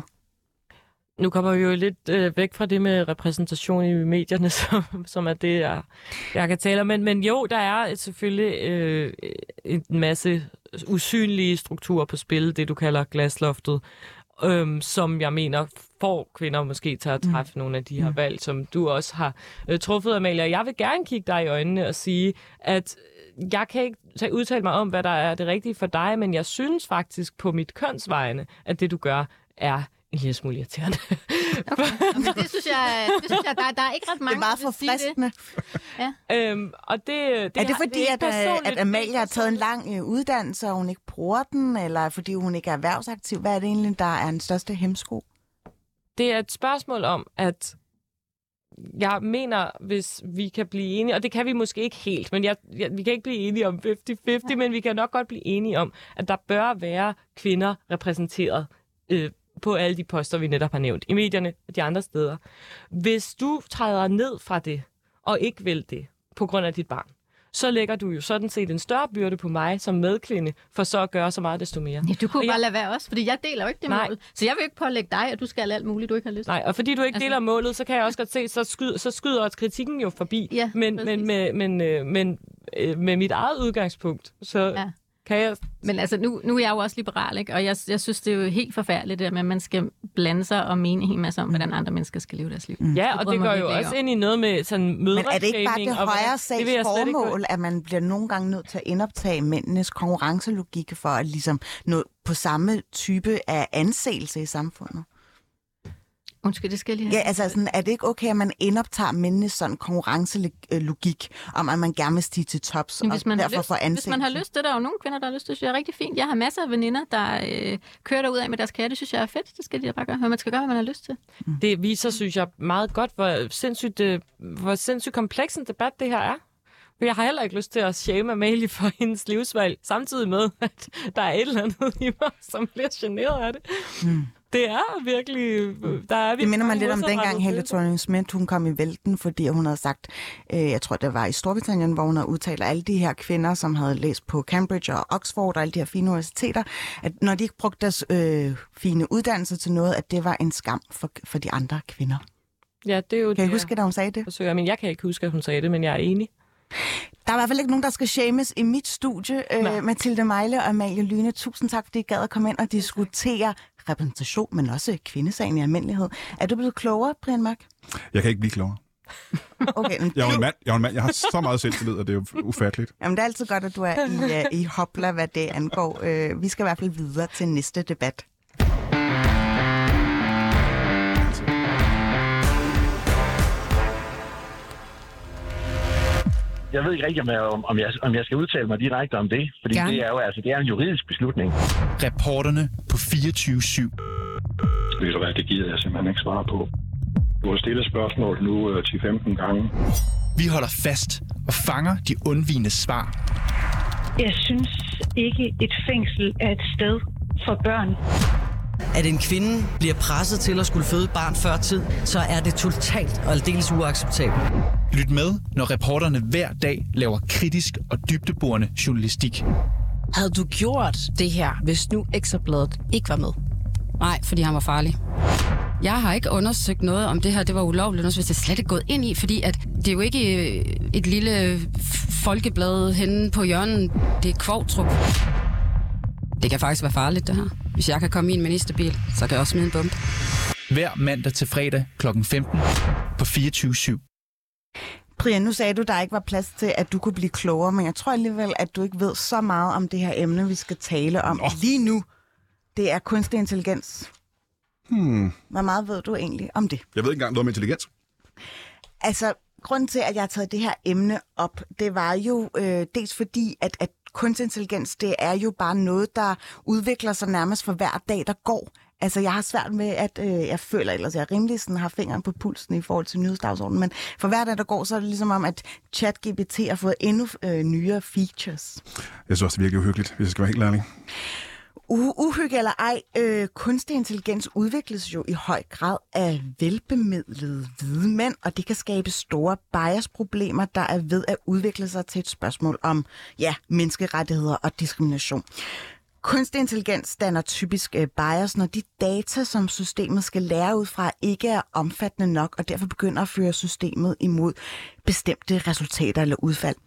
Nu kommer vi jo lidt øh, væk fra det med repræsentation i medierne, som, som er det, jeg, jeg kan tale om. Men, men jo, der er selvfølgelig øh, en masse usynlige strukturer på spil, det du kalder glasloftet, øh, som jeg mener får kvinder måske til at træffe mm. nogle af de her mm. valg, som du også har øh, truffet, Amalie. Jeg vil gerne kigge dig i øjnene og sige, at jeg kan ikke udtale mig om, hvad der er det rigtige for dig, men jeg synes faktisk på mit kønsvejene, at det du gør er en lille smule irriterende. Okay. Men det synes jeg, det synes jeg der, der er ikke ret mange, det er meget forfriskende. Ja. Øhm, og det, det er det fordi, det er at, at Amalie har taget en lang uh, uddannelse, og hun ikke bruger den, eller fordi hun ikke er erhvervsaktiv? Hvad er det egentlig, der er den største hemsko? Det er et spørgsmål om, at jeg mener, hvis vi kan blive enige, og det kan vi måske ikke helt, men jeg, jeg, vi kan ikke blive enige om halvtreds halvtreds, ja. Men vi kan nok godt blive enige om, at der bør være kvinder repræsenteret øh, på alle de poster, vi netop har nævnt, i medierne og de andre steder. Hvis du træder ned fra det, og ikke vil det, på grund af dit barn, så lægger du jo sådan set en større byrde på mig som medkvinde, for så at gøre så meget desto mere. Ja, du kunne og bare jeg... lade være også, fordi jeg deler jo ikke det Nej. mål. Så jeg vil ikke pålægge dig, at du skal alt muligt, du ikke har lyst til. Nej, og fordi du ikke altså... deler målet, så kan jeg også godt se, så, skyd, så skyder kritikken jo forbi. Ja, men, men, med, men, øh, men øh, med mit eget udgangspunkt, så... Ja. Kan jeg... Men altså, nu, nu er jeg jo også liberal, ikke? Og jeg, jeg synes, det er jo helt forfærdeligt, det der med, at man skal blande sig og mene en hel masse om, hvordan andre mennesker skal leve deres liv. Mm. Ja, og det går jo også ind i noget med sådan mødreshaming. Men er det ikke bare det højere sags formål, at man bliver nogle gange nødt til at indoptage mændenes konkurrencelogik for at ligesom nå på samme type af anseelse i samfundet? Undskyld, det skal jeg lige have. Ja, altså sådan, er det ikke okay, at man indoptager mændenes sådan konkurrencelogik, om at man gerne vil stige til tops, Men hvis og man, derfor lyst, får ansigt? hvis man har lyst, det er der jo nogle kvinder, der har lyst, det synes jeg er rigtig fint. Jeg har masser af veninder, der øh, kører derud af med deres kære. Det synes jeg er fedt. Det skal de bare gøre. Men man skal gøre, hvad man har lyst til. Mm. Det viser, synes jeg, meget godt, hvor sindssygt, øh, hvor sindssygt kompleks en debat det her er. For jeg har heller ikke lyst til at shame Amalie for hendes livsvalg, samtidig med, at der er et eller andet i mig, som bliver generet af det. Mm. Det er virkelig... Der er det minder mig lidt om dengang Helle Thorning-Schmidt, hun kom i vælten, fordi hun havde sagt, øh, jeg tror det var i Storbritannien, hvor hun havde udtalt, at alle de her kvinder, som havde læst på Cambridge og Oxford og alle de her fine universiteter, at når de ikke brugte deres øh, fine uddannelse til noget, at det var en skam for, for de andre kvinder. Ja, det er jo kan det, I huske, da hun sagde det? Forsøger. Men jeg kan ikke huske, at hun sagde det, men jeg er enig. Der er i hvert fald ikke nogen, der skal shames i mit studie. Øh, Mathilde Meile og Amalie Lyne, tusind tak, fordi I gad at komme ind og diskutere repræsentation, men også kvindesagen i almindelighed. Er du blevet klogere, Brian Mørk? Jeg kan ikke blive klogere. Okay, men... jeg, er en mand, jeg er en mand. Jeg har så meget selvtillid, og det er jo ufatteligt. Jamen, det er altid godt, at du er i, uh, i hopla, hvad det angår. Uh, vi skal i hvert fald videre til næste debat. Jeg ved ikke rigtig, om jeg, om, jeg, om jeg skal udtale mig direkte om det, fordi det er jo altså, det er en juridisk beslutning. Reporterne på fireogtyve syv. Ved du hvad, det gider jeg simpelthen ikke svare på. Du har stillet spørgsmål nu ti til femten gange. Vi holder fast og fanger de undvigende svar. Jeg synes ikke, et fængsel er et sted for børn. At en kvinde bliver presset til at skulle føde barn før tid, så er det totalt og aldeles uacceptabelt. Lyt med, når reporterne hver dag laver kritisk og dybdeborende journalistik. Havde du gjort det her, hvis nu Ekstrabladet ikke var med? Nej, fordi han var farlig. Jeg har ikke undersøgt noget om det her, det var ulovligt, hvis det slet ikke gået ind i, fordi at det er jo ikke et lille folkeblad henne på hjørnet, det er Kvotrup. Det kan faktisk være farligt, det her. Hvis jeg kan komme i en ministerbil, så kan jeg også smide en bombe. Hver mandag til fredag klokken femten på fireogtyve syv. Brian, nu sagde du, der ikke var plads til, at du kunne blive klogere, men jeg tror alligevel, at du ikke ved så meget om det her emne, vi skal tale om oh. lige nu. Det er kunstig intelligens. Hmm. Hvor meget ved du egentlig om det? Jeg ved ikke engang noget om intelligens. Altså, grunden til, at jeg har taget det her emne op, det var jo øh, dels fordi, at, at kunstig intelligens, det er jo bare noget, der udvikler sig nærmest for hver dag, der går. Altså, jeg har svært med, at øh, jeg føler, ellers jeg rimelig sådan, har fingeren på pulsen i forhold til nyhedsdagsordenen, men for hver dag, der går, så er det ligesom om, at ChatGPT har fået endnu øh, nyere features. Jeg synes også, det virker uhyggeligt, hvis jeg skal være helt ærlig. Uh, uhygge eller ej, øh, kunstig intelligens udvikles jo i høj grad af velbemidlede hvide mænd, og det kan skabe store bias-problemer, der er ved at udvikle sig til et spørgsmål om ja, menneskerettigheder og diskrimination. Kunstig intelligens danner typisk øh, bias, når de data, som systemet skal lære ud fra, ikke er omfattende nok, og derfor begynder at føre systemet imod bestemte resultater eller udfald.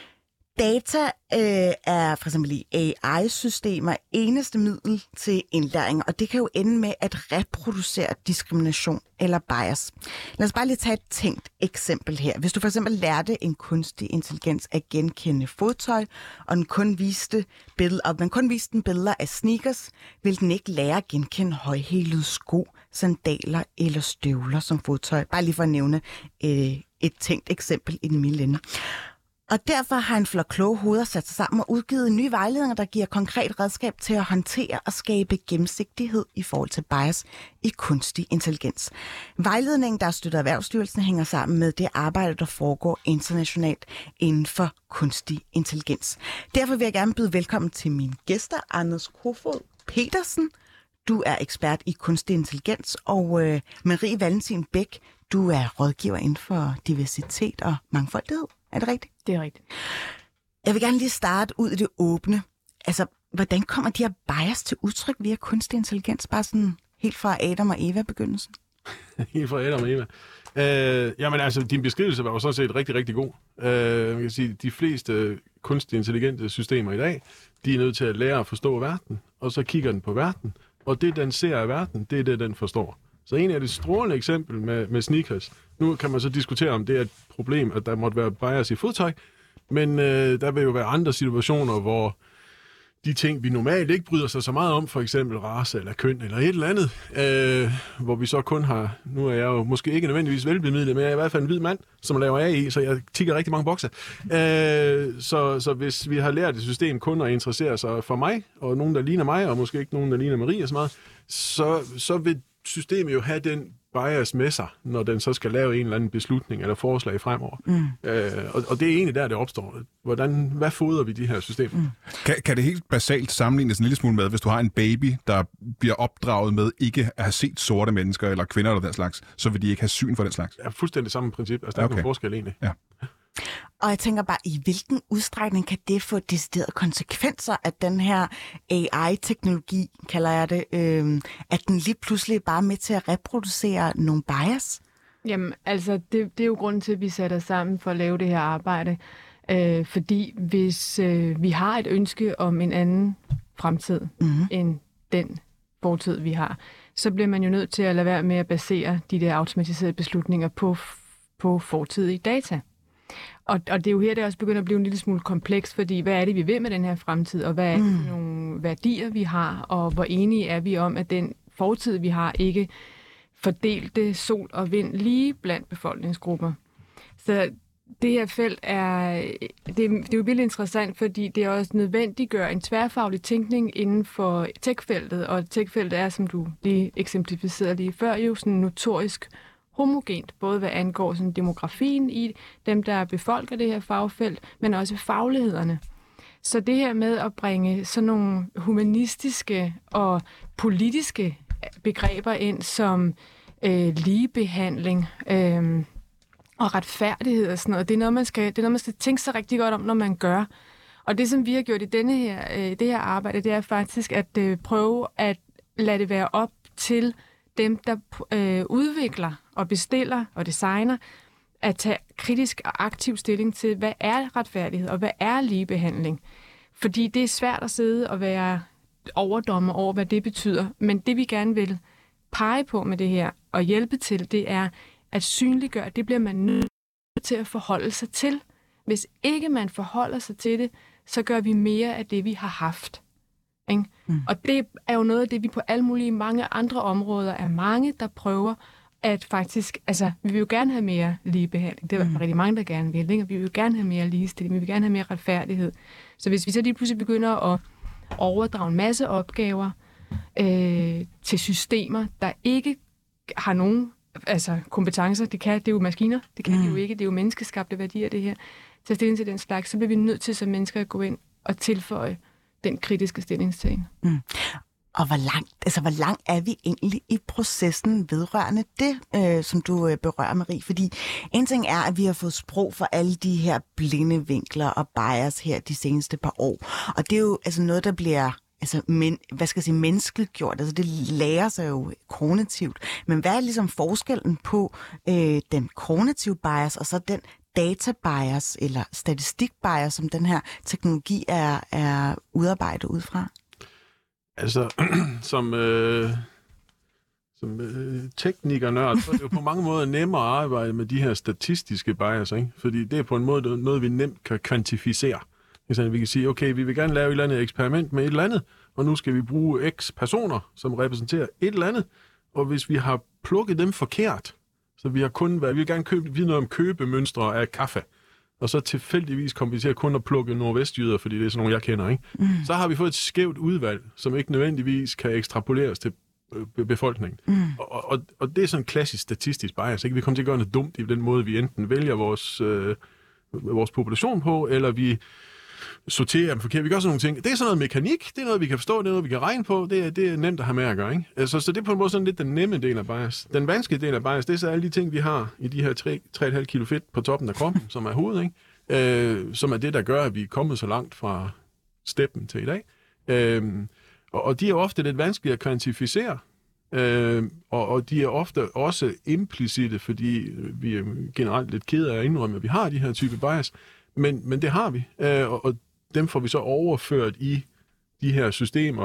Data øh, er for eksempel i A I-systemer eneste middel til indlæring, og det kan jo ende med at reproducere diskrimination eller bias. Lad os bare lige tage et tænkt eksempel her. Hvis du for eksempel lærte en kunstig intelligens at genkende fodtøj, og den kun viste billeder, og den kun viste den billeder af sneakers, vil den ikke lære at genkende højhælede sko, sandaler eller støvler som fodtøj. Bare lige for at nævne øh, et tænkt eksempel i den milde ende. Og derfor har en flok kloge hoveder sat sig sammen og udgivet nye vejledninger, der giver konkret redskab til at håndtere og skabe gennemsigtighed i forhold til bias i kunstig intelligens. Vejledningen, der støtter Erhvervsstyrelsen, hænger sammen med det arbejde, der foregår internationalt inden for kunstig intelligens. Derfor vil jeg gerne byde velkommen til mine gæster, Anders Kofod Petersen. Du er ekspert i kunstig intelligens, og øh, Marie Valentin Bæk, du er rådgiver inden for diversitet og mangfoldighed. Er det rigtigt? Det er rigtigt. Jeg vil gerne lige starte ud i det åbne. Altså, hvordan kommer de her bias til udtryk via kunstig intelligens? Bare sådan helt fra Adam og Eva-begyndelsen. Helt fra Adam og Eva. Øh, jamen altså, din beskrivelse var jo sådan set rigtig, rigtig god. Øh, man kan sige, de fleste kunstig intelligente systemer i dag, de er nødt til at lære at forstå verden, og så kigger den på verden, og det, den ser af verden, det er det, den forstår. Så en af det strålende eksempel med, med sneakers. Nu kan man så diskutere, om det er et problem, at der måtte være bias i fodtøj, men øh, der vil jo være andre situationer, hvor de ting, vi normalt ikke bryder sig så meget om, for eksempel race eller køn eller et eller andet, øh, hvor vi så kun har, nu er jeg jo måske ikke nødvendigvis velbemidlet, men jeg er i hvert fald en hvid mand, som laver A I, så jeg tigger rigtig mange bokser. Øh, så, så hvis vi har lært et system kun at interessere sig for mig, og nogen, der ligner mig, og måske ikke nogen, der ligner Marie så meget, så, så vil systemet jo have den bias med sig, når den så skal lave en eller anden beslutning eller forslag fremover. Mm. Øh, og, og det er egentlig der, det opstår. Hvordan, hvad fodrer vi de her systemer? Mm. Kan, kan det helt basalt sammenlignes en lille smule med, hvis du har en baby, der bliver opdraget med ikke at have set sorte mennesker eller kvinder eller den slags, så vil de ikke have syn for den slags? Ja, fuldstændig samme princip. Altså, der okay. er nogle forskel egentlig. Ja. Og jeg tænker bare, i hvilken udstrækning kan det få deciderede konsekvenser, at den her A I-teknologi, kalder jeg det, øh, at den lige pludselig er bare med til at reproducere nogle bias? Jamen, altså, det, det er jo grunden til, at vi sætter sammen for at lave det her arbejde. Øh, fordi hvis øh, vi har et ønske om en anden fremtid mm-hmm. end den fortid, vi har, så bliver man jo nødt til at lade være med at basere de der automatiserede beslutninger på, på fortidige data. Og, og det er jo her, det også begynder at blive en lille smule kompleks, fordi hvad er det, vi vil med den her fremtid, og hvad er det for nogle værdier, vi har, og hvor enige er vi om, at den fortid, vi har, ikke fordelte sol og vind lige blandt befolkningsgrupper. Så det her felt er, det, det er jo vildt interessant, fordi det også nødvendiggør en tværfaglig tænkning inden for tech-feltet, og tech-feltet er, som du lige eksemplificerede lige før, jo sådan notorisk homogent, både hvad angår sådan demografien i dem, der befolker det her fagfelt, men også faglighederne. Så det her med at bringe sådan nogle humanistiske og politiske begreber ind som øh, ligebehandling øh, og retfærdighed og sådan noget, det er noget, man skal, det er noget, man skal tænke sig rigtig godt om, når man gør. Og det, som vi har gjort i denne her, øh, det her arbejde, det er faktisk at øh, prøve at lade det være op til dem, der øh, udvikler og bestiller og designer, at tage kritisk og aktiv stilling til, hvad er retfærdighed og hvad er ligebehandling. Fordi det er svært at sidde og være overdommer over, hvad det betyder. Men det, vi gerne vil pege på med det her og hjælpe til, det er at synliggøre, det bliver man nødt til at forholde sig til. Hvis ikke man forholder sig til det, så gør vi mere af det, vi har haft. Ikke? Mm. Og det er jo noget af det, vi på alle mulige mange andre områder er mange, der prøver at faktisk, altså vi vil jo gerne have mere ligebehandling. Det er mm. rigtig mange, der gerne vil. Ikke? Vi vil jo gerne have mere ligestilling, vi vil gerne have mere retfærdighed. Så hvis vi så lige pludselig begynder at overdrage en masse opgaver øh, til systemer, der ikke har nogen altså, kompetencer, det kan det er jo maskiner, det kan mm. det jo ikke, det er jo menneskeskabte værdier, det her, til at stille til den slags, så bliver vi nødt til som mennesker at gå ind og tilføje den kritiske stillingstagen. Mm. Og hvor langt, altså, hvor langt er vi egentlig i processen vedrørende det, øh, som du øh, berører, Marie? Fordi en ting er, at vi har fået sprog for alle de her blinde vinkler og bias her de seneste par år. Og det er jo altså noget, der bliver altså, men, hvad skal jeg sige, menneskeliggjort. Altså det lærer sig jo kognitivt. Men hvad er ligesom forskellen på øh, den kognitive bias og så den data bias eller statistik bias, som den her teknologi er, er udarbejdet ud fra? Altså, som, øh, som øh, teknikernørd, så er det jo på mange måder nemmere at arbejde med de her statistiske bias, ikke? Fordi det er på en måde noget, vi nemt kan kvantificere. Vi kan sige, okay, vi vil gerne lave et eller andet eksperiment med et eller andet, og nu skal vi bruge x personer, som repræsenterer et eller andet, og hvis vi har plukket dem forkert, så vi har kun været, vi vil gerne købe, vide noget om købemønstre af kaffe, og så tilfældigvis kommer vi til at kun at plukke nordvestjyder, fordi det er sådan nogle, jeg kender, ikke? Mm. Så har vi fået et skævt udvalg, som ikke nødvendigvis kan ekstrapoleres til befolkningen. Mm. Og, og, og det er sådan en klassisk statistisk bias, ikke? Vi kommer til at gøre noget dumt i den måde, vi enten vælger vores, øh, vores population på, eller vi sorterer dem forkert. Vi gør sådan nogle ting. Det er sådan noget mekanik, det er noget, vi kan forstå, det er noget, vi kan regne på, det er, det er nemt at have med at gøre, ikke? Altså, så det er på en måde sådan lidt den nemme del af bias. Den vanskelige del af bias, det er så alle de ting, vi har i de her tre komma fem kilo fedt på toppen af kroppen, som er hovedet, ikke? Øh, som er det, der gør, at vi er kommet så langt fra steppen til i dag. Øh, og, og de er ofte lidt vanskelige at kvantificere, øh, og, og de er ofte også implicite, fordi vi er generelt lidt kede af at indrømme, at vi har de her type bias, men, men det har vi, øh, og, og dem får vi så overført i de her systemer,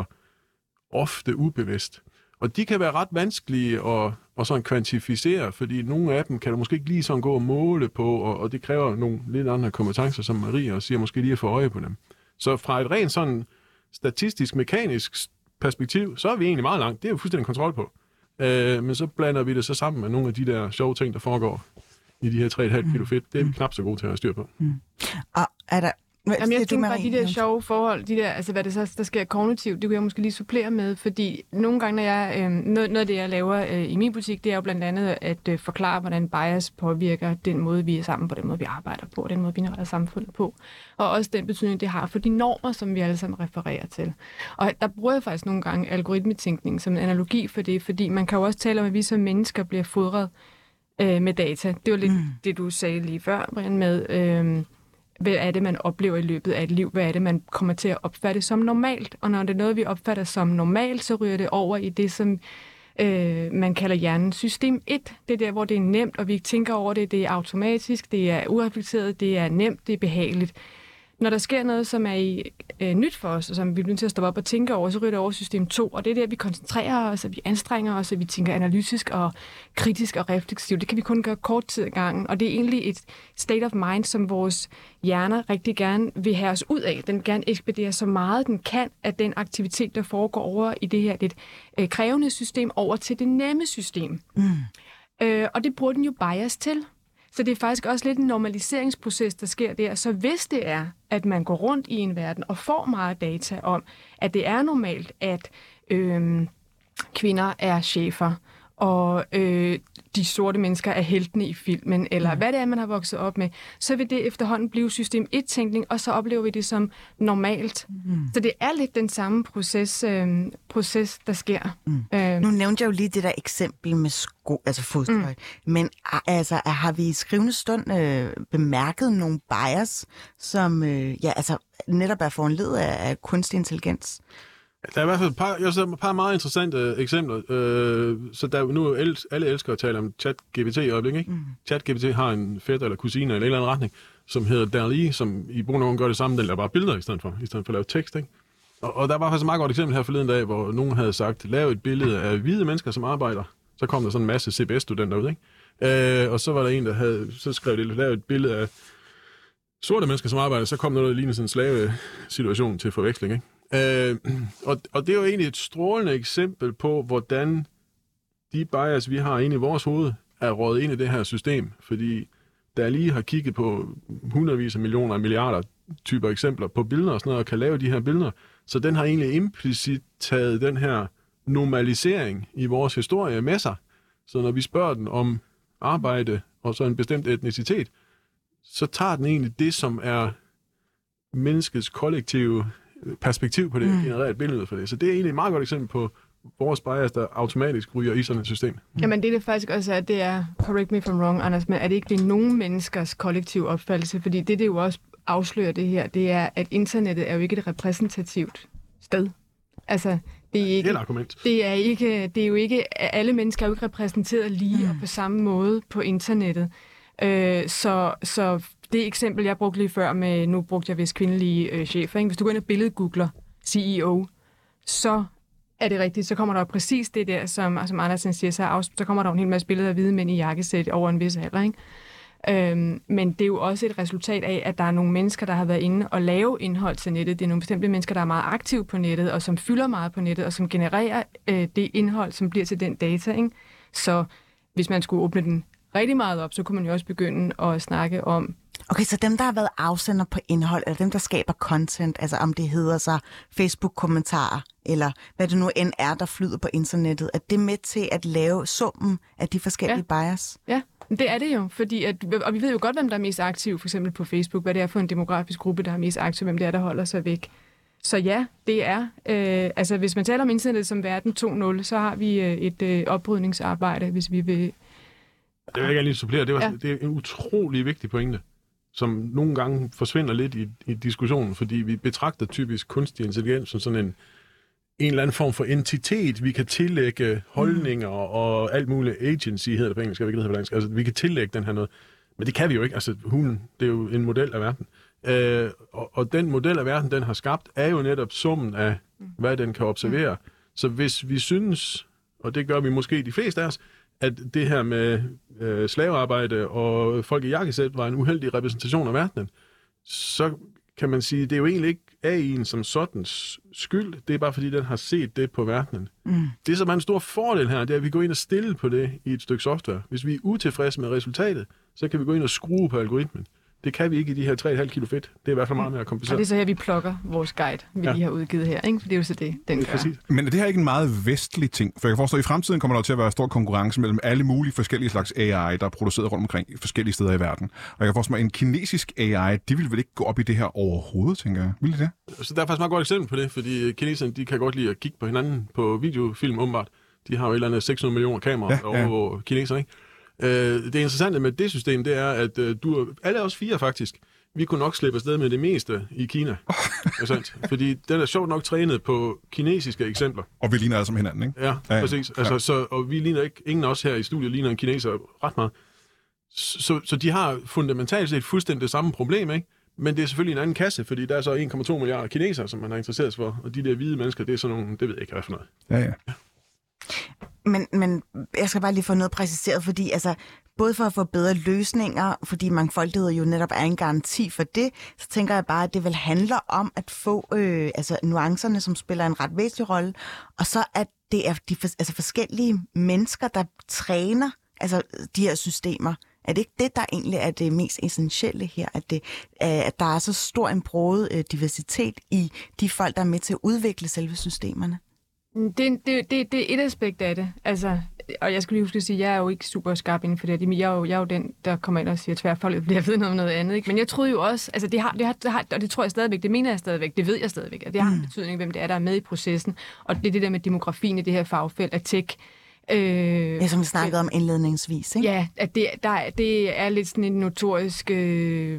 ofte ubevidst. Og de kan være ret vanskelige at, at sådan kvantificere, fordi nogle af dem kan du måske ikke lige sådan gå og måle på, og, og det kræver nogle lidt andre kompetencer, som Marie også siger, måske lige at få øje på dem. Så fra et rent sådan statistisk, mekanisk perspektiv, så er vi egentlig meget langt. Det er jo fuldstændig kontrol på. Øh, men så blander vi det så sammen med nogle af de der sjove ting, der foregår i de her tre komma fem kilo fedt. Det er vi knap så gode til at have styr på. Mm. Og er der... Hvad Jamen, jeg du, tænker bare, de der sjove forhold, de der, altså hvad det så, der sker kognitivt, det kunne jeg måske lige supplere med, fordi nogle gange, når jeg, øh, noget, noget af det, jeg laver øh, i min butik, det er jo blandt andet at øh, forklare, hvordan bias påvirker den måde, vi er sammen på, den måde, vi arbejder på, den måde, vi indretter samfundet på, og også den betydning, det har for de normer, som vi alle sammen refererer til. Og der bruger jeg faktisk nogle gange algoritmetænkning som en analogi for det, fordi man kan jo også tale om, at vi som mennesker bliver fodret øh, med data. Det var lidt mm. det, du sagde lige før, Brian, med... Øh, hvad er det, man oplever i løbet af et liv? Hvad er det, man kommer til at opfatte som normalt? Og når det er noget, vi opfatter som normalt, så ryger det over i det, som øh, man kalder hjernen system et. Det er der, hvor det er nemt, og vi tænker over det. Det er automatisk, det er ureflekteret, det er nemt, det er behageligt. Når der sker noget, som er i, øh, nyt for os, og som vi bliver nødt til at stoppe op og tænke over, så ryger det over system to. Og det er der, vi koncentrerer os, og vi anstrenger os, og vi tænker analytisk og kritisk og refleksivt. Det kan vi kun gøre kort tid ad gangen. Og det er egentlig et state of mind, som vores hjerner rigtig gerne vil have os ud af. Den vil gerne ekspedere så meget, den kan, at den aktivitet, der foregår over i det her lidt øh, krævende system, over til det nemme system. Mm. Øh, og det bruger den jo bias til. Så det er faktisk også lidt en normaliseringsproces, der sker der. Så hvis det er, at man går rundt i en verden og får meget data om, at det er normalt, at øh, kvinder er chefer, og øh, de sorte mennesker er heltene i filmen, eller mm. hvad det er, man har vokset op med, så vil det efterhånden blive system et-tænkning, og så oplever vi det som normalt. Mm. Så det er lidt den samme proces, øh, proces der sker. Mm. Øh. Nu nævnte jeg jo lige det der eksempel med sko, altså fodtøj, mm. men altså, har vi i skrivende stund øh, bemærket nogle bias, som øh, ja, altså, netop er foranledet af, af kunstig intelligens? Der er i hvert fald et par, jeg et par meget interessante øh, eksempler. Øh, så der nu el, alle elsker at tale om ChatGPT i øjeblikket, ikke? Mm. ChatGPT har en fætter eller kusine eller en eller anden retning, som hedder DALL-E, som i bund og grund gør det samme, den laver bare billeder i stedet for, i stedet for at lave tekst, ikke? Og, og der var faktisk et meget godt eksempel her forleden dag, hvor nogen havde sagt, lav et billede af hvide mennesker, som arbejder. Så kom der sådan en masse C B S-studenter ud, ikke? Øh, og så var der en, der havde, så skrev det, lav et billede af sorte mennesker, som arbejder. Så kom der noget, der lignede sådan en slave-situation til forveksling, ikke? Øh, og, og det er jo egentlig et strålende eksempel på, hvordan de bias, vi har inde i vores hoved, er rådet ind i det her system. Fordi der lige har kigget på hundredvis af millioner af milliarder typer eksempler på billeder og sådan noget, og kan lave de her billeder. Så den har egentlig implicit taget den her normalisering i vores historie med sig. Så når vi spørger den om arbejde og så en bestemt etnicitet, så tager den egentlig det, som er menneskets kollektive perspektiv på det, mm. generere et billede for det. Så det er egentlig et meget godt eksempel på vores bias, der automatisk ryger i sådan et system. Mm. Jamen det er det faktisk også, at det er, correct me if I'm wrong, Anders, men er det ikke det nogen menneskers kollektiv opfattelse? Fordi det, det jo også afslører det her, det er, at internettet er jo ikke et repræsentativt sted. Altså, det er ikke... Det er et argument. Det er, ikke, det er jo ikke... Alle mennesker er jo ikke repræsenteret lige mm. og på samme måde på internettet. Øh, så, så det eksempel, jeg brugte lige før med, nu brugte jeg vist kvindelige øh, chefer, ikke? Hvis du går ind og billedgoogler C E O, så er det rigtigt, så kommer der præcis det der, som, som Andersen siger, så, så kommer der en hel masse billeder af hvide mænd i jakkesæt over en vis alder, ikke? Øhm, men det er jo også et resultat af, at der er nogle mennesker, der har været inde og lave indhold til nettet. Det er nogle bestemte mennesker, der er meget aktive på nettet, og som fylder meget på nettet, og som genererer øh, det indhold, som bliver til den data, ikke? Så hvis man skulle åbne den rigtig meget op, så kunne man jo også begynde at snakke om... Okay, så dem, der har været afsender på indhold, eller dem, der skaber content, altså om det hedder så Facebook-kommentarer, eller hvad det nu end er, der flyder på internettet, er det med til at lave summen af de forskellige ja. bias? Ja, det er det jo, fordi at, og vi ved jo godt, hvem der er mest aktiv, for eksempel på Facebook, hvad det er for en demografisk gruppe, der er mest aktiv, hvem det er, der holder sig væk. Så ja, det er, øh, altså hvis man taler om internettet som verden to nul, så har vi øh, et øh, oprydningsarbejde, hvis vi vil... Det vil jeg gerne lige supplere. Det, var, ja. det er en utrolig vigtig pointe, som nogle gange forsvinder lidt i, i diskussionen, fordi vi betragter typisk kunstig intelligens som sådan en, en eller anden form for entitet, vi kan tillægge holdninger mm. og alt muligt agency, hedder det på engelsk, jeg ved ikke, det hedder på dansk. Altså, vi kan tillægge den her noget. Men det kan vi jo ikke. Altså, hunden, det er jo en model af verden. Øh, og, og den model af verden, den har skabt, er jo netop summen af, hvad den kan observere. Mm. Så hvis vi synes, og det gør vi måske de fleste af os, at det her med øh, slavearbejde og folk i jakkesæt var en uheldig repræsentation af verdenen, så kan man sige, det er jo egentlig ikke A I'en som sådan skyld. Det er bare fordi, den har set det på verdenen. Mm. Det, som er en stor fordel her, det er, at vi går ind og stille på det i et stykke software. Hvis vi er utilfredse med resultatet, så kan vi gå ind og skrue på algoritmen. Det kan vi ikke i de her tre komma fem kilo fedt. Det er i hvert fald meget mere kompliceret. Og det er så her, vi plukker vores guide, vi ja. lige har udgivet her. Ikke? For det er jo så det, den gør. Præcis. Men er det her ikke en meget vestlig ting? For jeg kan forstå, at i fremtiden kommer der til at være stor konkurrence mellem alle mulige forskellige slags A I, der er produceret rundt omkring i forskellige steder i verden. Og jeg kan forstå, at en kinesisk A I, de vil vel ikke gå op i det her overhovedet, tænker jeg. Vil de det? Så der er faktisk et meget godt eksempel på det, fordi kineserne, de kan godt lide at kigge på hinanden på videofilm, åbenbart. De har jo et eller andet seks hundrede millioner kameraer ja, ja. over kineserne, ikke? Det interessante med det system, det er, at du, alle os fire faktisk, vi kunne nok slippe afsted med det meste i Kina. Fordi den er sjovt nok trænet på kinesiske eksempler. Og vi ligner alle som hinanden, ikke? Ja, ja, ja. præcis. Altså, ja. Så, og vi ligner ikke, ingen af os her i studiet ligner en kineser ret meget. Så, så de har fundamentalt set fuldstændig det samme problem, ikke? Men det er selvfølgelig en anden kasse, fordi der er så en komma to milliarder kinesere, som man har interesseret sig for. Og de der hvide mennesker, det er sådan nogle, det ved jeg ikke, hvad for noget. Ja, ja. ja. Men, men jeg skal bare lige få noget præciseret, fordi altså, både for at få bedre løsninger, fordi mangfoldighed jo netop er en garanti for det, så tænker jeg bare, at det vel handler om at få øh, altså, nuancerne, som spiller en ret væsentlig rolle, og så at det er de altså, forskellige mennesker, der træner altså, de her systemer. Er det ikke det, der egentlig er det mest essentielle her, at, det, at der er så stor en broget øh, diversitet i de folk, der er med til at udvikle selve systemerne? Det, det, det, det er et aspekt af det. Altså, og jeg skulle lige huske at sige, at jeg er jo ikke super skarp inden for det. Jeg er jo, jeg er jo den, der kommer ind og siger tværfolket, fordi jeg ved noget om noget andet. Ikke? Men jeg troede jo også, altså det har, det har, det har, og det tror jeg stadigvæk, det mener jeg stadigvæk, det ved jeg stadigvæk, at det har en betydning, hvem det er, der er med i processen. Og det er det der med demografien i det her fagfelt af tech. Øh, det som vi snakkede om indledningsvis, ikke? Ja, at det, der, det er lidt sådan en notorisk øh,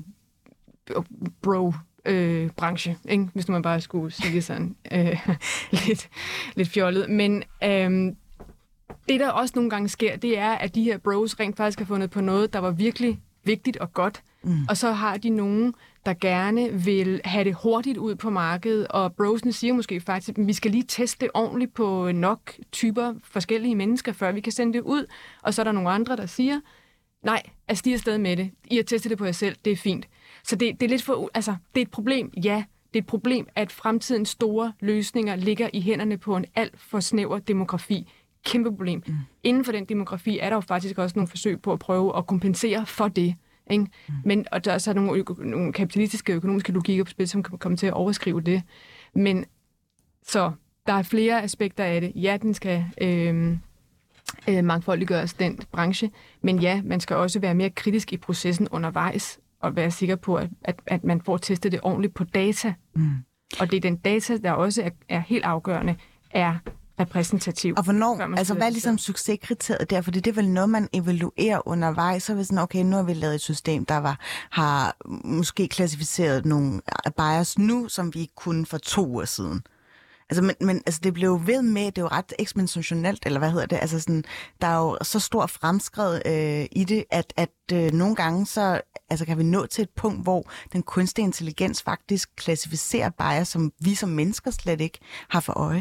bro Øh, branche, ikke? Hvis nu man bare skulle sige sådan øh, lidt, lidt fjollet. Men øh, det, der også nogle gange sker, det er, at de her bros rent faktisk har fundet på noget, der var virkelig vigtigt og godt. Mm. Og så har de nogen, der gerne vil have det hurtigt ud på markedet, og brosene siger måske faktisk, at vi skal lige teste det ordentligt på nok typer forskellige mennesker, før vi kan sende det ud. Og så er der nogle andre, der siger, nej, altså de er afsted med det. I har testet det på jer selv, det er fint. Så det, det er lidt for, altså, det er et problem, ja. Det er et problem, at fremtidens store løsninger ligger i hænderne på en alt for snæver demografi. Kæmpe problem. Mm. Inden for den demografi er der jo faktisk også nogle forsøg på at prøve at kompensere for det. Ikke? Mm. Men, og der er så nogle, nogle kapitalistiske økonomiske logikker på spil, som kan komme til at overskrive det. Men så der er flere aspekter af det. Ja, den skal øh, øh, mangfoldiggøres, den branche. Men ja, man skal også være mere kritisk i processen undervejs, og være sikker på, at, at, at man får testet det ordentligt på data. Mm. Og det er den data, der også er, er helt afgørende, er repræsentativ. Og hvornår, altså hvad er ligesom succeskriteriet der? Fordi det er vel noget, man evaluerer undervejs, så er vi sådan, okay, nu har vi lavet et system, der var, har måske klassificeret nogle bias nu, som vi ikke kunne for to uger siden. Altså, men, men altså, det blev jo ved med, det er jo ret eksponentielt, eller hvad hedder det? Altså, sådan, der er jo så stor fremskred øh, i det, at, at øh, nogle gange så altså, kan vi nå til et punkt, hvor den kunstige intelligens faktisk klassificerer bias, som vi som mennesker slet ikke har for øje.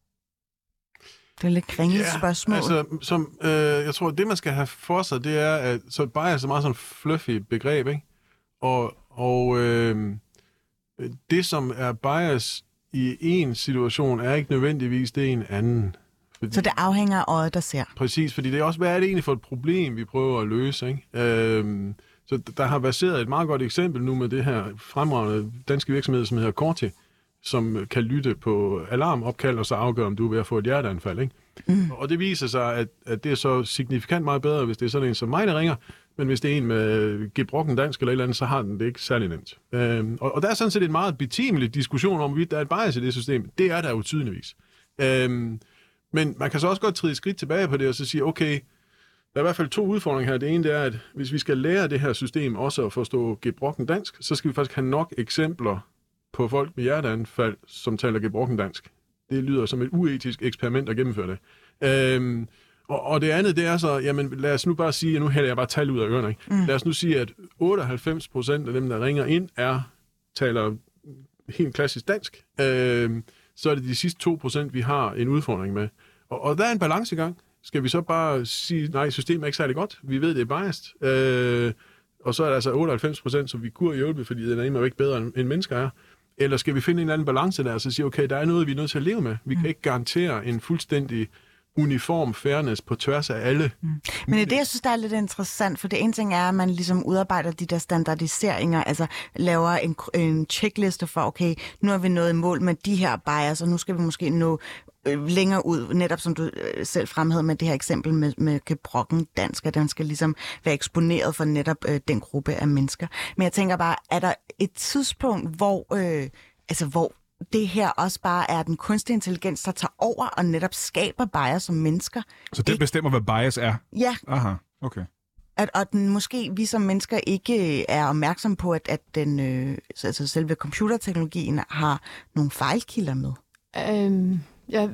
Det er lidt kringlet ja, spørgsmål. Altså, som, øh, jeg tror, det man skal have for sig, det er, at så bias er meget sådan fluffy begreb, ikke? Og, og øh, det, som er bias i en situation, er ikke nødvendigvis det i en anden. Fordi, så det afhænger af øjet, der ser. Præcis, fordi det er også, hvad er det egentlig for et problem, vi prøver at løse, ikke? Øh, så der har baseret et meget godt eksempel nu med det her fremragende danske virksomhed, som hedder Corti, som kan lytte på alarmopkald og så afgøre, om du er ved at få et hjerteanfald, ikke? Mm. Og det viser sig, at, at det er så signifikant meget bedre, hvis det er sådan en som mig, der ringer, men hvis det er en med gebrokken dansk eller et eller andet, så har den det ikke særlig nemt. Øhm, og, og der er sådan set en meget betimelig diskussion om, hvorvidt der er et bias i det system. Det er der jo tydeligvis. Øhm, men man kan så også godt træde et skridt tilbage på det og så sige, okay, der er i hvert fald to udfordringer her. Det ene det er, at hvis vi skal lære det her system også at forstå gebrokken dansk, så skal vi faktisk have nok eksempler på folk med hjerteanfald, som taler gebrokken dansk. Det lyder som et uetisk eksperiment at gennemføre det. Øhm, og, og det andet, det er så, jamen lad os nu bare sige, og nu hælder jeg bare tal ud af ørerne, ikke? Mm. Lad os nu sige, at otteoghalvfems procent af dem, der ringer ind, er taler helt klassisk dansk. Øhm, så er det de sidste to procent, vi har en udfordring med. Og, og der er en balancegang. Skal vi så bare sige, nej, systemet er ikke særlig godt. Vi ved, det er biased. Øh, og så er der altså otteoghalvfems procent, som vi kunne hjælpe, fordi den er imod ikke bedre, end mennesker er. Eller skal vi finde en eller anden balance der, og så sige, okay, der er noget, vi er nødt til at leve med. Vi kan ikke garantere en fuldstændig uniform fairness på tværs af alle. Mm. Men det er det, jeg synes, der er lidt interessant, for det ene ting er, at man ligesom udarbejder de der standardiseringer, altså laver en, en checkliste for, okay, nu har vi nået i mål med de her bias, og nu skal vi måske nå øh, længere ud, netop som du øh, selv fremhævede med det her eksempel med, med gebrokken dansk, at den skal ligesom være eksponeret for netop øh, den gruppe af mennesker. Men jeg tænker bare, er der et tidspunkt, hvor, øh, altså, hvor det her også bare er den kunstige intelligens, der tager over og netop skaber bias som mennesker? Så det bestemmer, hvad bias er? Ja. Aha, okay. At, og den, måske vi som mennesker ikke er opmærksom på, at, at den, øh, altså selve computerteknologien har nogle fejlkilder med. Øhm, jeg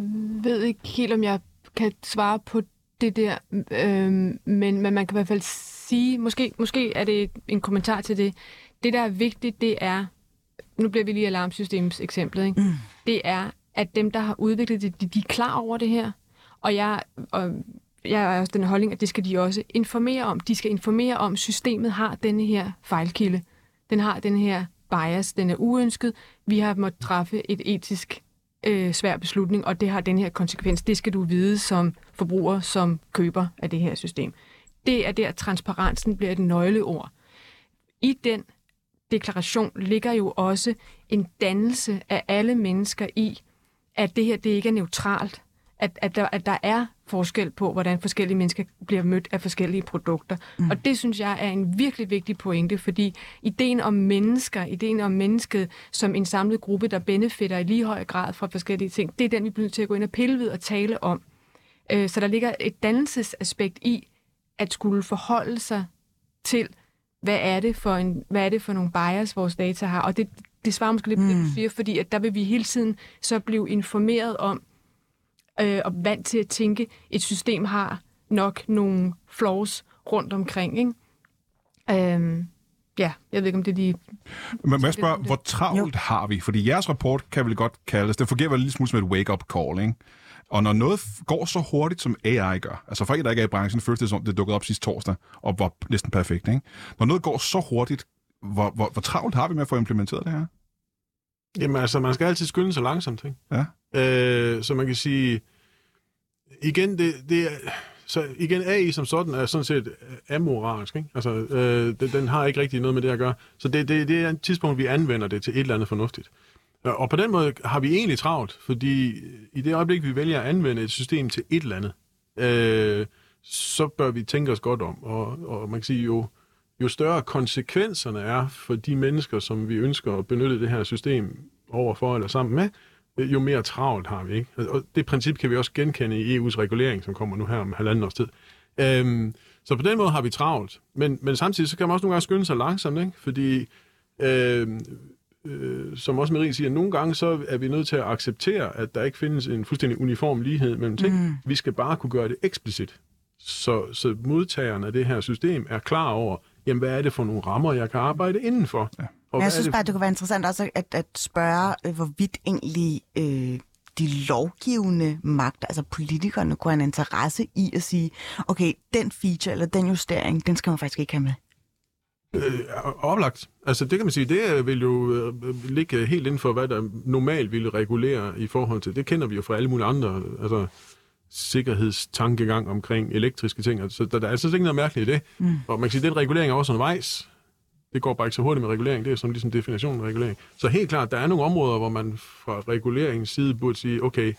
ved ikke helt, om jeg kan svare på det der, øhm, men, men man kan i hvert fald sige, måske, måske er det en kommentar til det. Det, der er vigtigt, det er, nu bliver vi lige alarmsystems eksemplet, ikke? Mm. Det er, at dem, der har udviklet det, de, de er klar over det her, og jeg... Og, Jeg er også den holdning, at det skal de også informere om. De skal informere om, at systemet har denne her fejlkilde. Den har den her bias, den er uønsket. Vi har måttet træffe et etisk øh, svær beslutning, og det har den her konsekvens. Det skal du vide som forbruger, som køber af det her system. Det er der, transparensen bliver et nøgleord. I den deklaration ligger jo også en dannelse af alle mennesker i, at det her det ikke er neutralt. At, at, der, at der er forskel på, hvordan forskellige mennesker bliver mødt af forskellige produkter. Mm. Og det, synes jeg, er en virkelig vigtig pointe, fordi ideen om mennesker, ideen om mennesket som en samlet gruppe, der benefitter i lige høj grad fra forskellige ting, det er den, vi bliver nødt til at gå ind og pille ved og tale om. Øh, så der ligger et dannelsesaspekt i, at skulle forholde sig til, hvad er det for, en, hvad er det for nogle bias, vores data har. Og det, det svarer måske lidt på mm. det, du siger, fordi at der vil vi hele tiden så blive informeret om, Øh, og vant til at tænke, at et system har nok nogle flaws rundt omkring. Ikke? Øhm, ja, jeg ved ikke, om det er de... Men må jeg spørge, hvor travlt jo. har vi? Fordi jeres rapport kan vel godt kaldes, det fungerer vel lidt smule som et wake-up call, ikke? Og når noget går så hurtigt, som A I gør, altså for en, der ikke er i branchen, føles det som, det dukkede op sidste torsdag, og var næsten perfekt, ikke? Når noget går så hurtigt, hvor, hvor, hvor travlt har vi med at få implementeret det her? Jamen altså, man skal altid skynde sig langsomt, ikke? Ja. Øh, så man kan sige, igen, det, det er, så igen, A I som sådan er sådan set amoralsk, ikke? Altså, øh, den, den har ikke rigtig noget med det at gøre. Så det, det, det er et tidspunkt, vi anvender det til et eller andet fornuftigt. Og på den måde har vi egentlig travlt, fordi i det øjeblik, vi vælger at anvende et system til et eller andet, øh, så bør vi tænke os godt om. Og, og man kan sige, jo, jo større konsekvenserne er for de mennesker, som vi ønsker at benytte det her system overfor eller sammen med, jo mere travlt har vi, ikke? Og det princip kan vi også genkende i E U's regulering, som kommer nu her om halvanden års tid. Øhm, så på den måde har vi travlt. Men, men samtidig så kan man også nogle gange skynde sig langsomt, ikke? Fordi, øh, øh, som også Marie siger, nogle gange så er vi nødt til at acceptere, at der ikke findes en fuldstændig uniform lighed mellem ting. Mm. Vi skal bare kunne gøre det eksplicit. Så, så modtagerne af det her system er klar over, jamen hvad er det for nogle rammer, jeg kan arbejde indenfor? Ja. Men jeg synes bare, det kunne være interessant også at, at spørge, hvorvidt egentlig øh, de lovgivende magter, altså politikerne, kunne have en interesse i at sige, okay, den feature eller den justering, den skal man faktisk ikke have med. Øh, oplagt. Altså det kan man sige, det vil jo øh, ligge helt inden for, hvad der normalt ville regulere i forhold til. Det kender vi jo fra alle mulige andre, altså sikkerhedstankegang omkring elektriske ting. Så der, der er altså ikke noget mærkeligt i det. Mm. Og man kan sige, at den regulering er også undervejs. Det går bare ikke så hurtigt med regulering. Det er sådan ligesom definitionen af regulering. Så helt klart, der er nogle områder, hvor man fra reguleringens side burde sige, okay,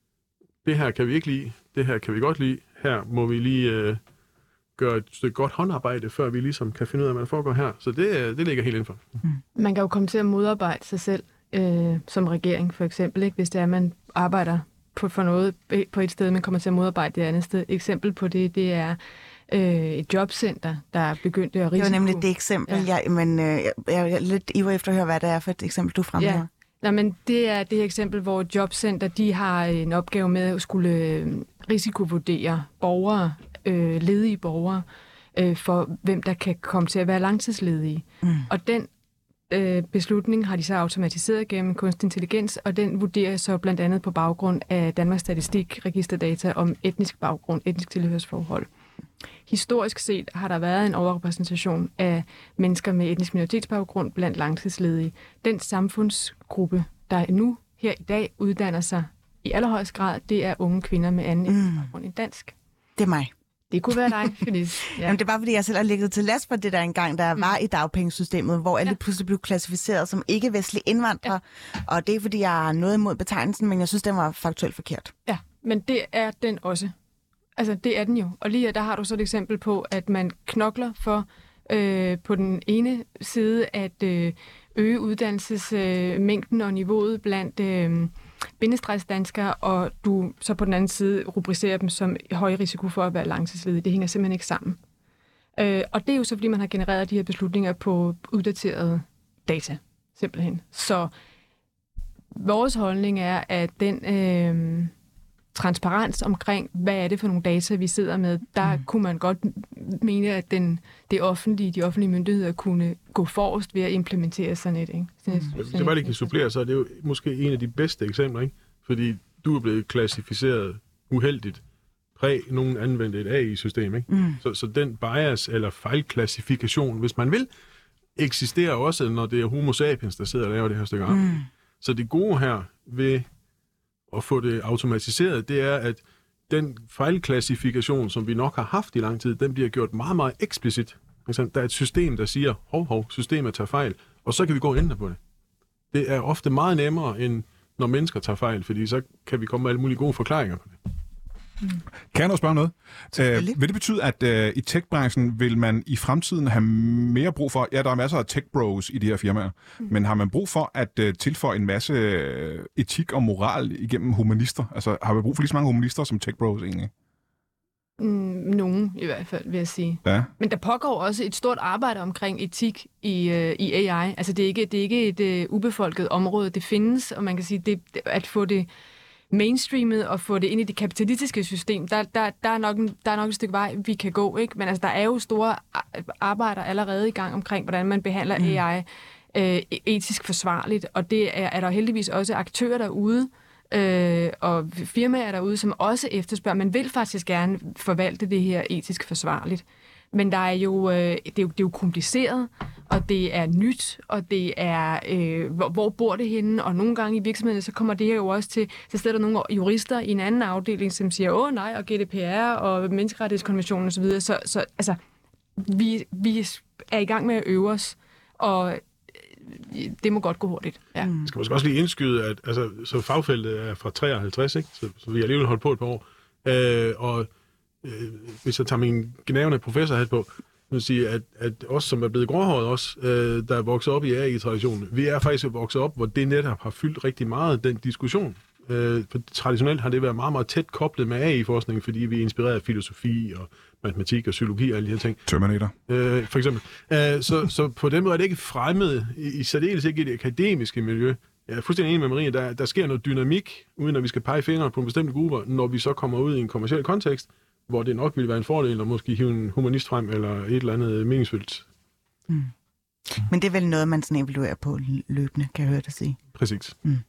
det her kan vi ikke lide, det her kan vi godt lide, her må vi lige øh, gøre et stykke godt håndarbejde, før vi ligesom kan finde ud af, hvad der foregår her. Så det, det ligger helt indenfor. Mm. Man kan jo komme til at modarbejde sig selv øh, som regering, for eksempel, ikke? Hvis det er, at man arbejder på, for noget på et sted, man kommer til at modarbejde det andet sted. Eksempel på det, det er øh, et jobcenter, der begyndte at risiko. Det var nemlig det eksempel, ja. jeg, men øh, jeg, jeg er lidt ivrig efter at høre, hvad det er for et eksempel, du fremhæver. Ja. Nej, men det er det eksempel, hvor et jobcenter, de har en opgave med at skulle øh, risikovurdere borgere, øh, ledige borgere, øh, for hvem der kan komme til at være langtidsledige. Mm. Og den øh, beslutning har de så automatiseret gennem kunstig intelligens, og den vurderer så blandt andet på baggrund af Danmarks Statistik registerdata om etnisk baggrund, etnisk tilhørsforhold. historisk set har der været en overrepræsentation af mennesker med etnisk minoritetsbaggrund blandt langtidsledige. Den samfundsgruppe, der nu her i dag uddanner sig i allerhøjeste grad, det er unge kvinder med anden etnisk mm. baggrund end dansk. Det er mig. Det kunne være dig, Felice. Ja. Jamen, det er bare, fordi jeg selv har ligget til last for det der engang, der mm. var i dagpengesystemet, hvor jeg ja. lige pludselig blev klassificeret som ikke-vestlig indvandrer. Ja. Og det er, fordi jeg har noget imod betegnelsen, men jeg synes, den var faktuelt forkert. Ja, men det er den også. Altså, det er den jo. Og lige her, der har du så et eksempel på, at man knokler for øh, på den ene side at øh, øge uddannelsesmængden øh, og niveauet blandt øh, bindestregsdanskere, og du så på den anden side rubricerer dem som høj risiko for at være langtidsledige. Det hænger simpelthen ikke sammen. Øh, og det er jo så, fordi man har genereret de her beslutninger på uddaterede data, simpelthen. Så vores holdning er, at den øh, transparens omkring, hvad er det for nogle data, vi sidder med, der mm. kunne man godt mene, at den, det offentlige, de offentlige myndigheder kunne gå forrest ved at implementere sådan et. Ikke? Sådan et, mm. sådan det bare lige kan supplere, så er det jo måske en af de bedste eksempler, ikke? Fordi du er blevet klassificeret uheldigt præg nogen anvendte et A I-system, ikke? Mm. Så, så den bias eller fejlklassifikation, hvis man vil, eksisterer også, når det er homo sapiens, der sidder og laver det her stykke arbejde. Mm. Så det gode her ved at få det automatiseret, det er, at den fejlklassifikation, som vi nok har haft i lang tid, den bliver gjort meget, meget eksplicit. Der er et system, der siger, hov, hov, systemet tager fejl, og så kan vi gå og ændre på det. Det er ofte meget nemmere, end når mennesker tager fejl, fordi så kan vi komme med alle mulige gode forklaringer på det. Mm. Kan jeg nu spørge noget? Øh, vil det betyde, at øh, i tech-branchen vil man i fremtiden have mere brug for, ja, der er masser af tech-bros i de her firmaer, mm. men har man brug for at øh, tilføje en masse øh, etik og moral igennem humanister? Altså, har man brug for lige så mange humanister som tech-bros egentlig? Mm, nogen i hvert fald, vil jeg sige. Ja. Men der pågår også et stort arbejde omkring etik i, øh, i A I. Altså, det er ikke, det er ikke et øh, ubefolket område. Det findes, og man kan sige, det, at få det mainstreamet og få det ind i det kapitalistiske system, der, der, der, er nok en, der er nok et stykke vej, vi kan gå, ikke? Men altså, der er jo store arbejder allerede i gang omkring, hvordan man behandler mm. A I øh, etisk forsvarligt, og det er, er der heldigvis også aktører derude, øh, og firmaer derude, som også efterspørger, man vil faktisk gerne forvalte det her etisk forsvarligt. Men der er jo, øh, det, er jo, det er jo kompliceret, og det er nyt, og det er, øh, hvor, hvor bor det henne? Og nogle gange i virksomheden, så kommer det her jo også til, så stiller der nogle jurister i en anden afdeling, som siger, åh nej, og G D P R, og menneskerettighedskonventionen osv. Så, så, så altså, vi, vi er i gang med at øve os, og det må godt gå hurtigt. Ja. Jeg skal måske også lige indskyde, at altså, så fagfeltet er fra treoghalvtreds, ikke? Så, så vi har alligevel holdt på et par år. Øh, og øh, hvis jeg tager min gnavende professorhat på, vil sige, at, at os, som er blevet gråhåret også, øh, der er vokset op i A I-traditionen, vi er faktisk vokset op, hvor det netop har fyldt rigtig meget den diskussion. Øh, for traditionelt har det været meget, meget tæt koblet med A I-forskning, fordi vi er inspireret af filosofi og matematik og psykologi og alle de her ting. Terminator. Øh, for eksempel. Øh, så, så på den måde er det ikke fremmed, i, i særdeles ikke i det akademiske miljø. Jeg er fuldstændig enig med Marie, der, der sker noget dynamik, uden at vi skal pege fingre på en bestemt grupper, når vi så kommer ud i en kommerciel kontekst, hvor det nok ville være en fordel at måske hive en humanist frem, eller et eller andet meningsfyldt. Mm. Men det er vel noget, man sådan evaluerer på løbende, kan jeg høre dig sige. Præcis. Mm.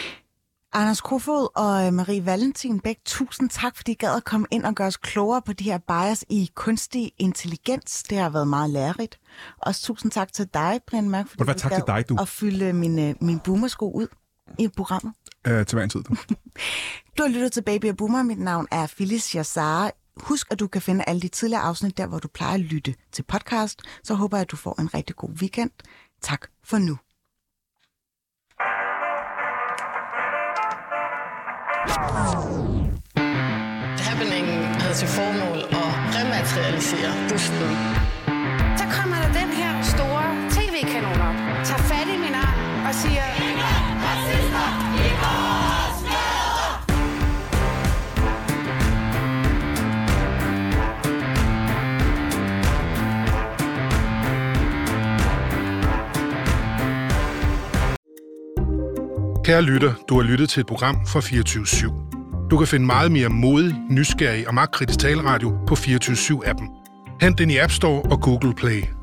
Anders Kofoed og Marie Valentin Bæk, tusind tak, fordi I gad at komme ind og gøre os klogere på de her bias i kunstig intelligens. Det har været meget lærerigt. Også tusind tak til dig, Brian Mørk, fordi du gad dig, du. at fylde min, min boomersko ud i programmet. Øh, til hver en tid, du. Du har lyttet til Baby og Boomer. Mit navn er Phyllis Jassar. Husk, at du kan finde alle de tidligere afsnit der, hvor du plejer at lytte til podcast. Så håber jeg, at du får en rigtig god weekend. Tak for nu. Happeningen havde til formål at rematerialisere busten. Så kommer der den her store tv-kanon op, tager fat i min arm og siger: Ingen racister i vores gader! Kære lytter, du har lyttet til et program fra fireogtyve syv. Du kan finde meget mere modig, nysgerrig og magtkritisk taleradio på fireogtyve syv appen. Hent den i App Store og Google Play.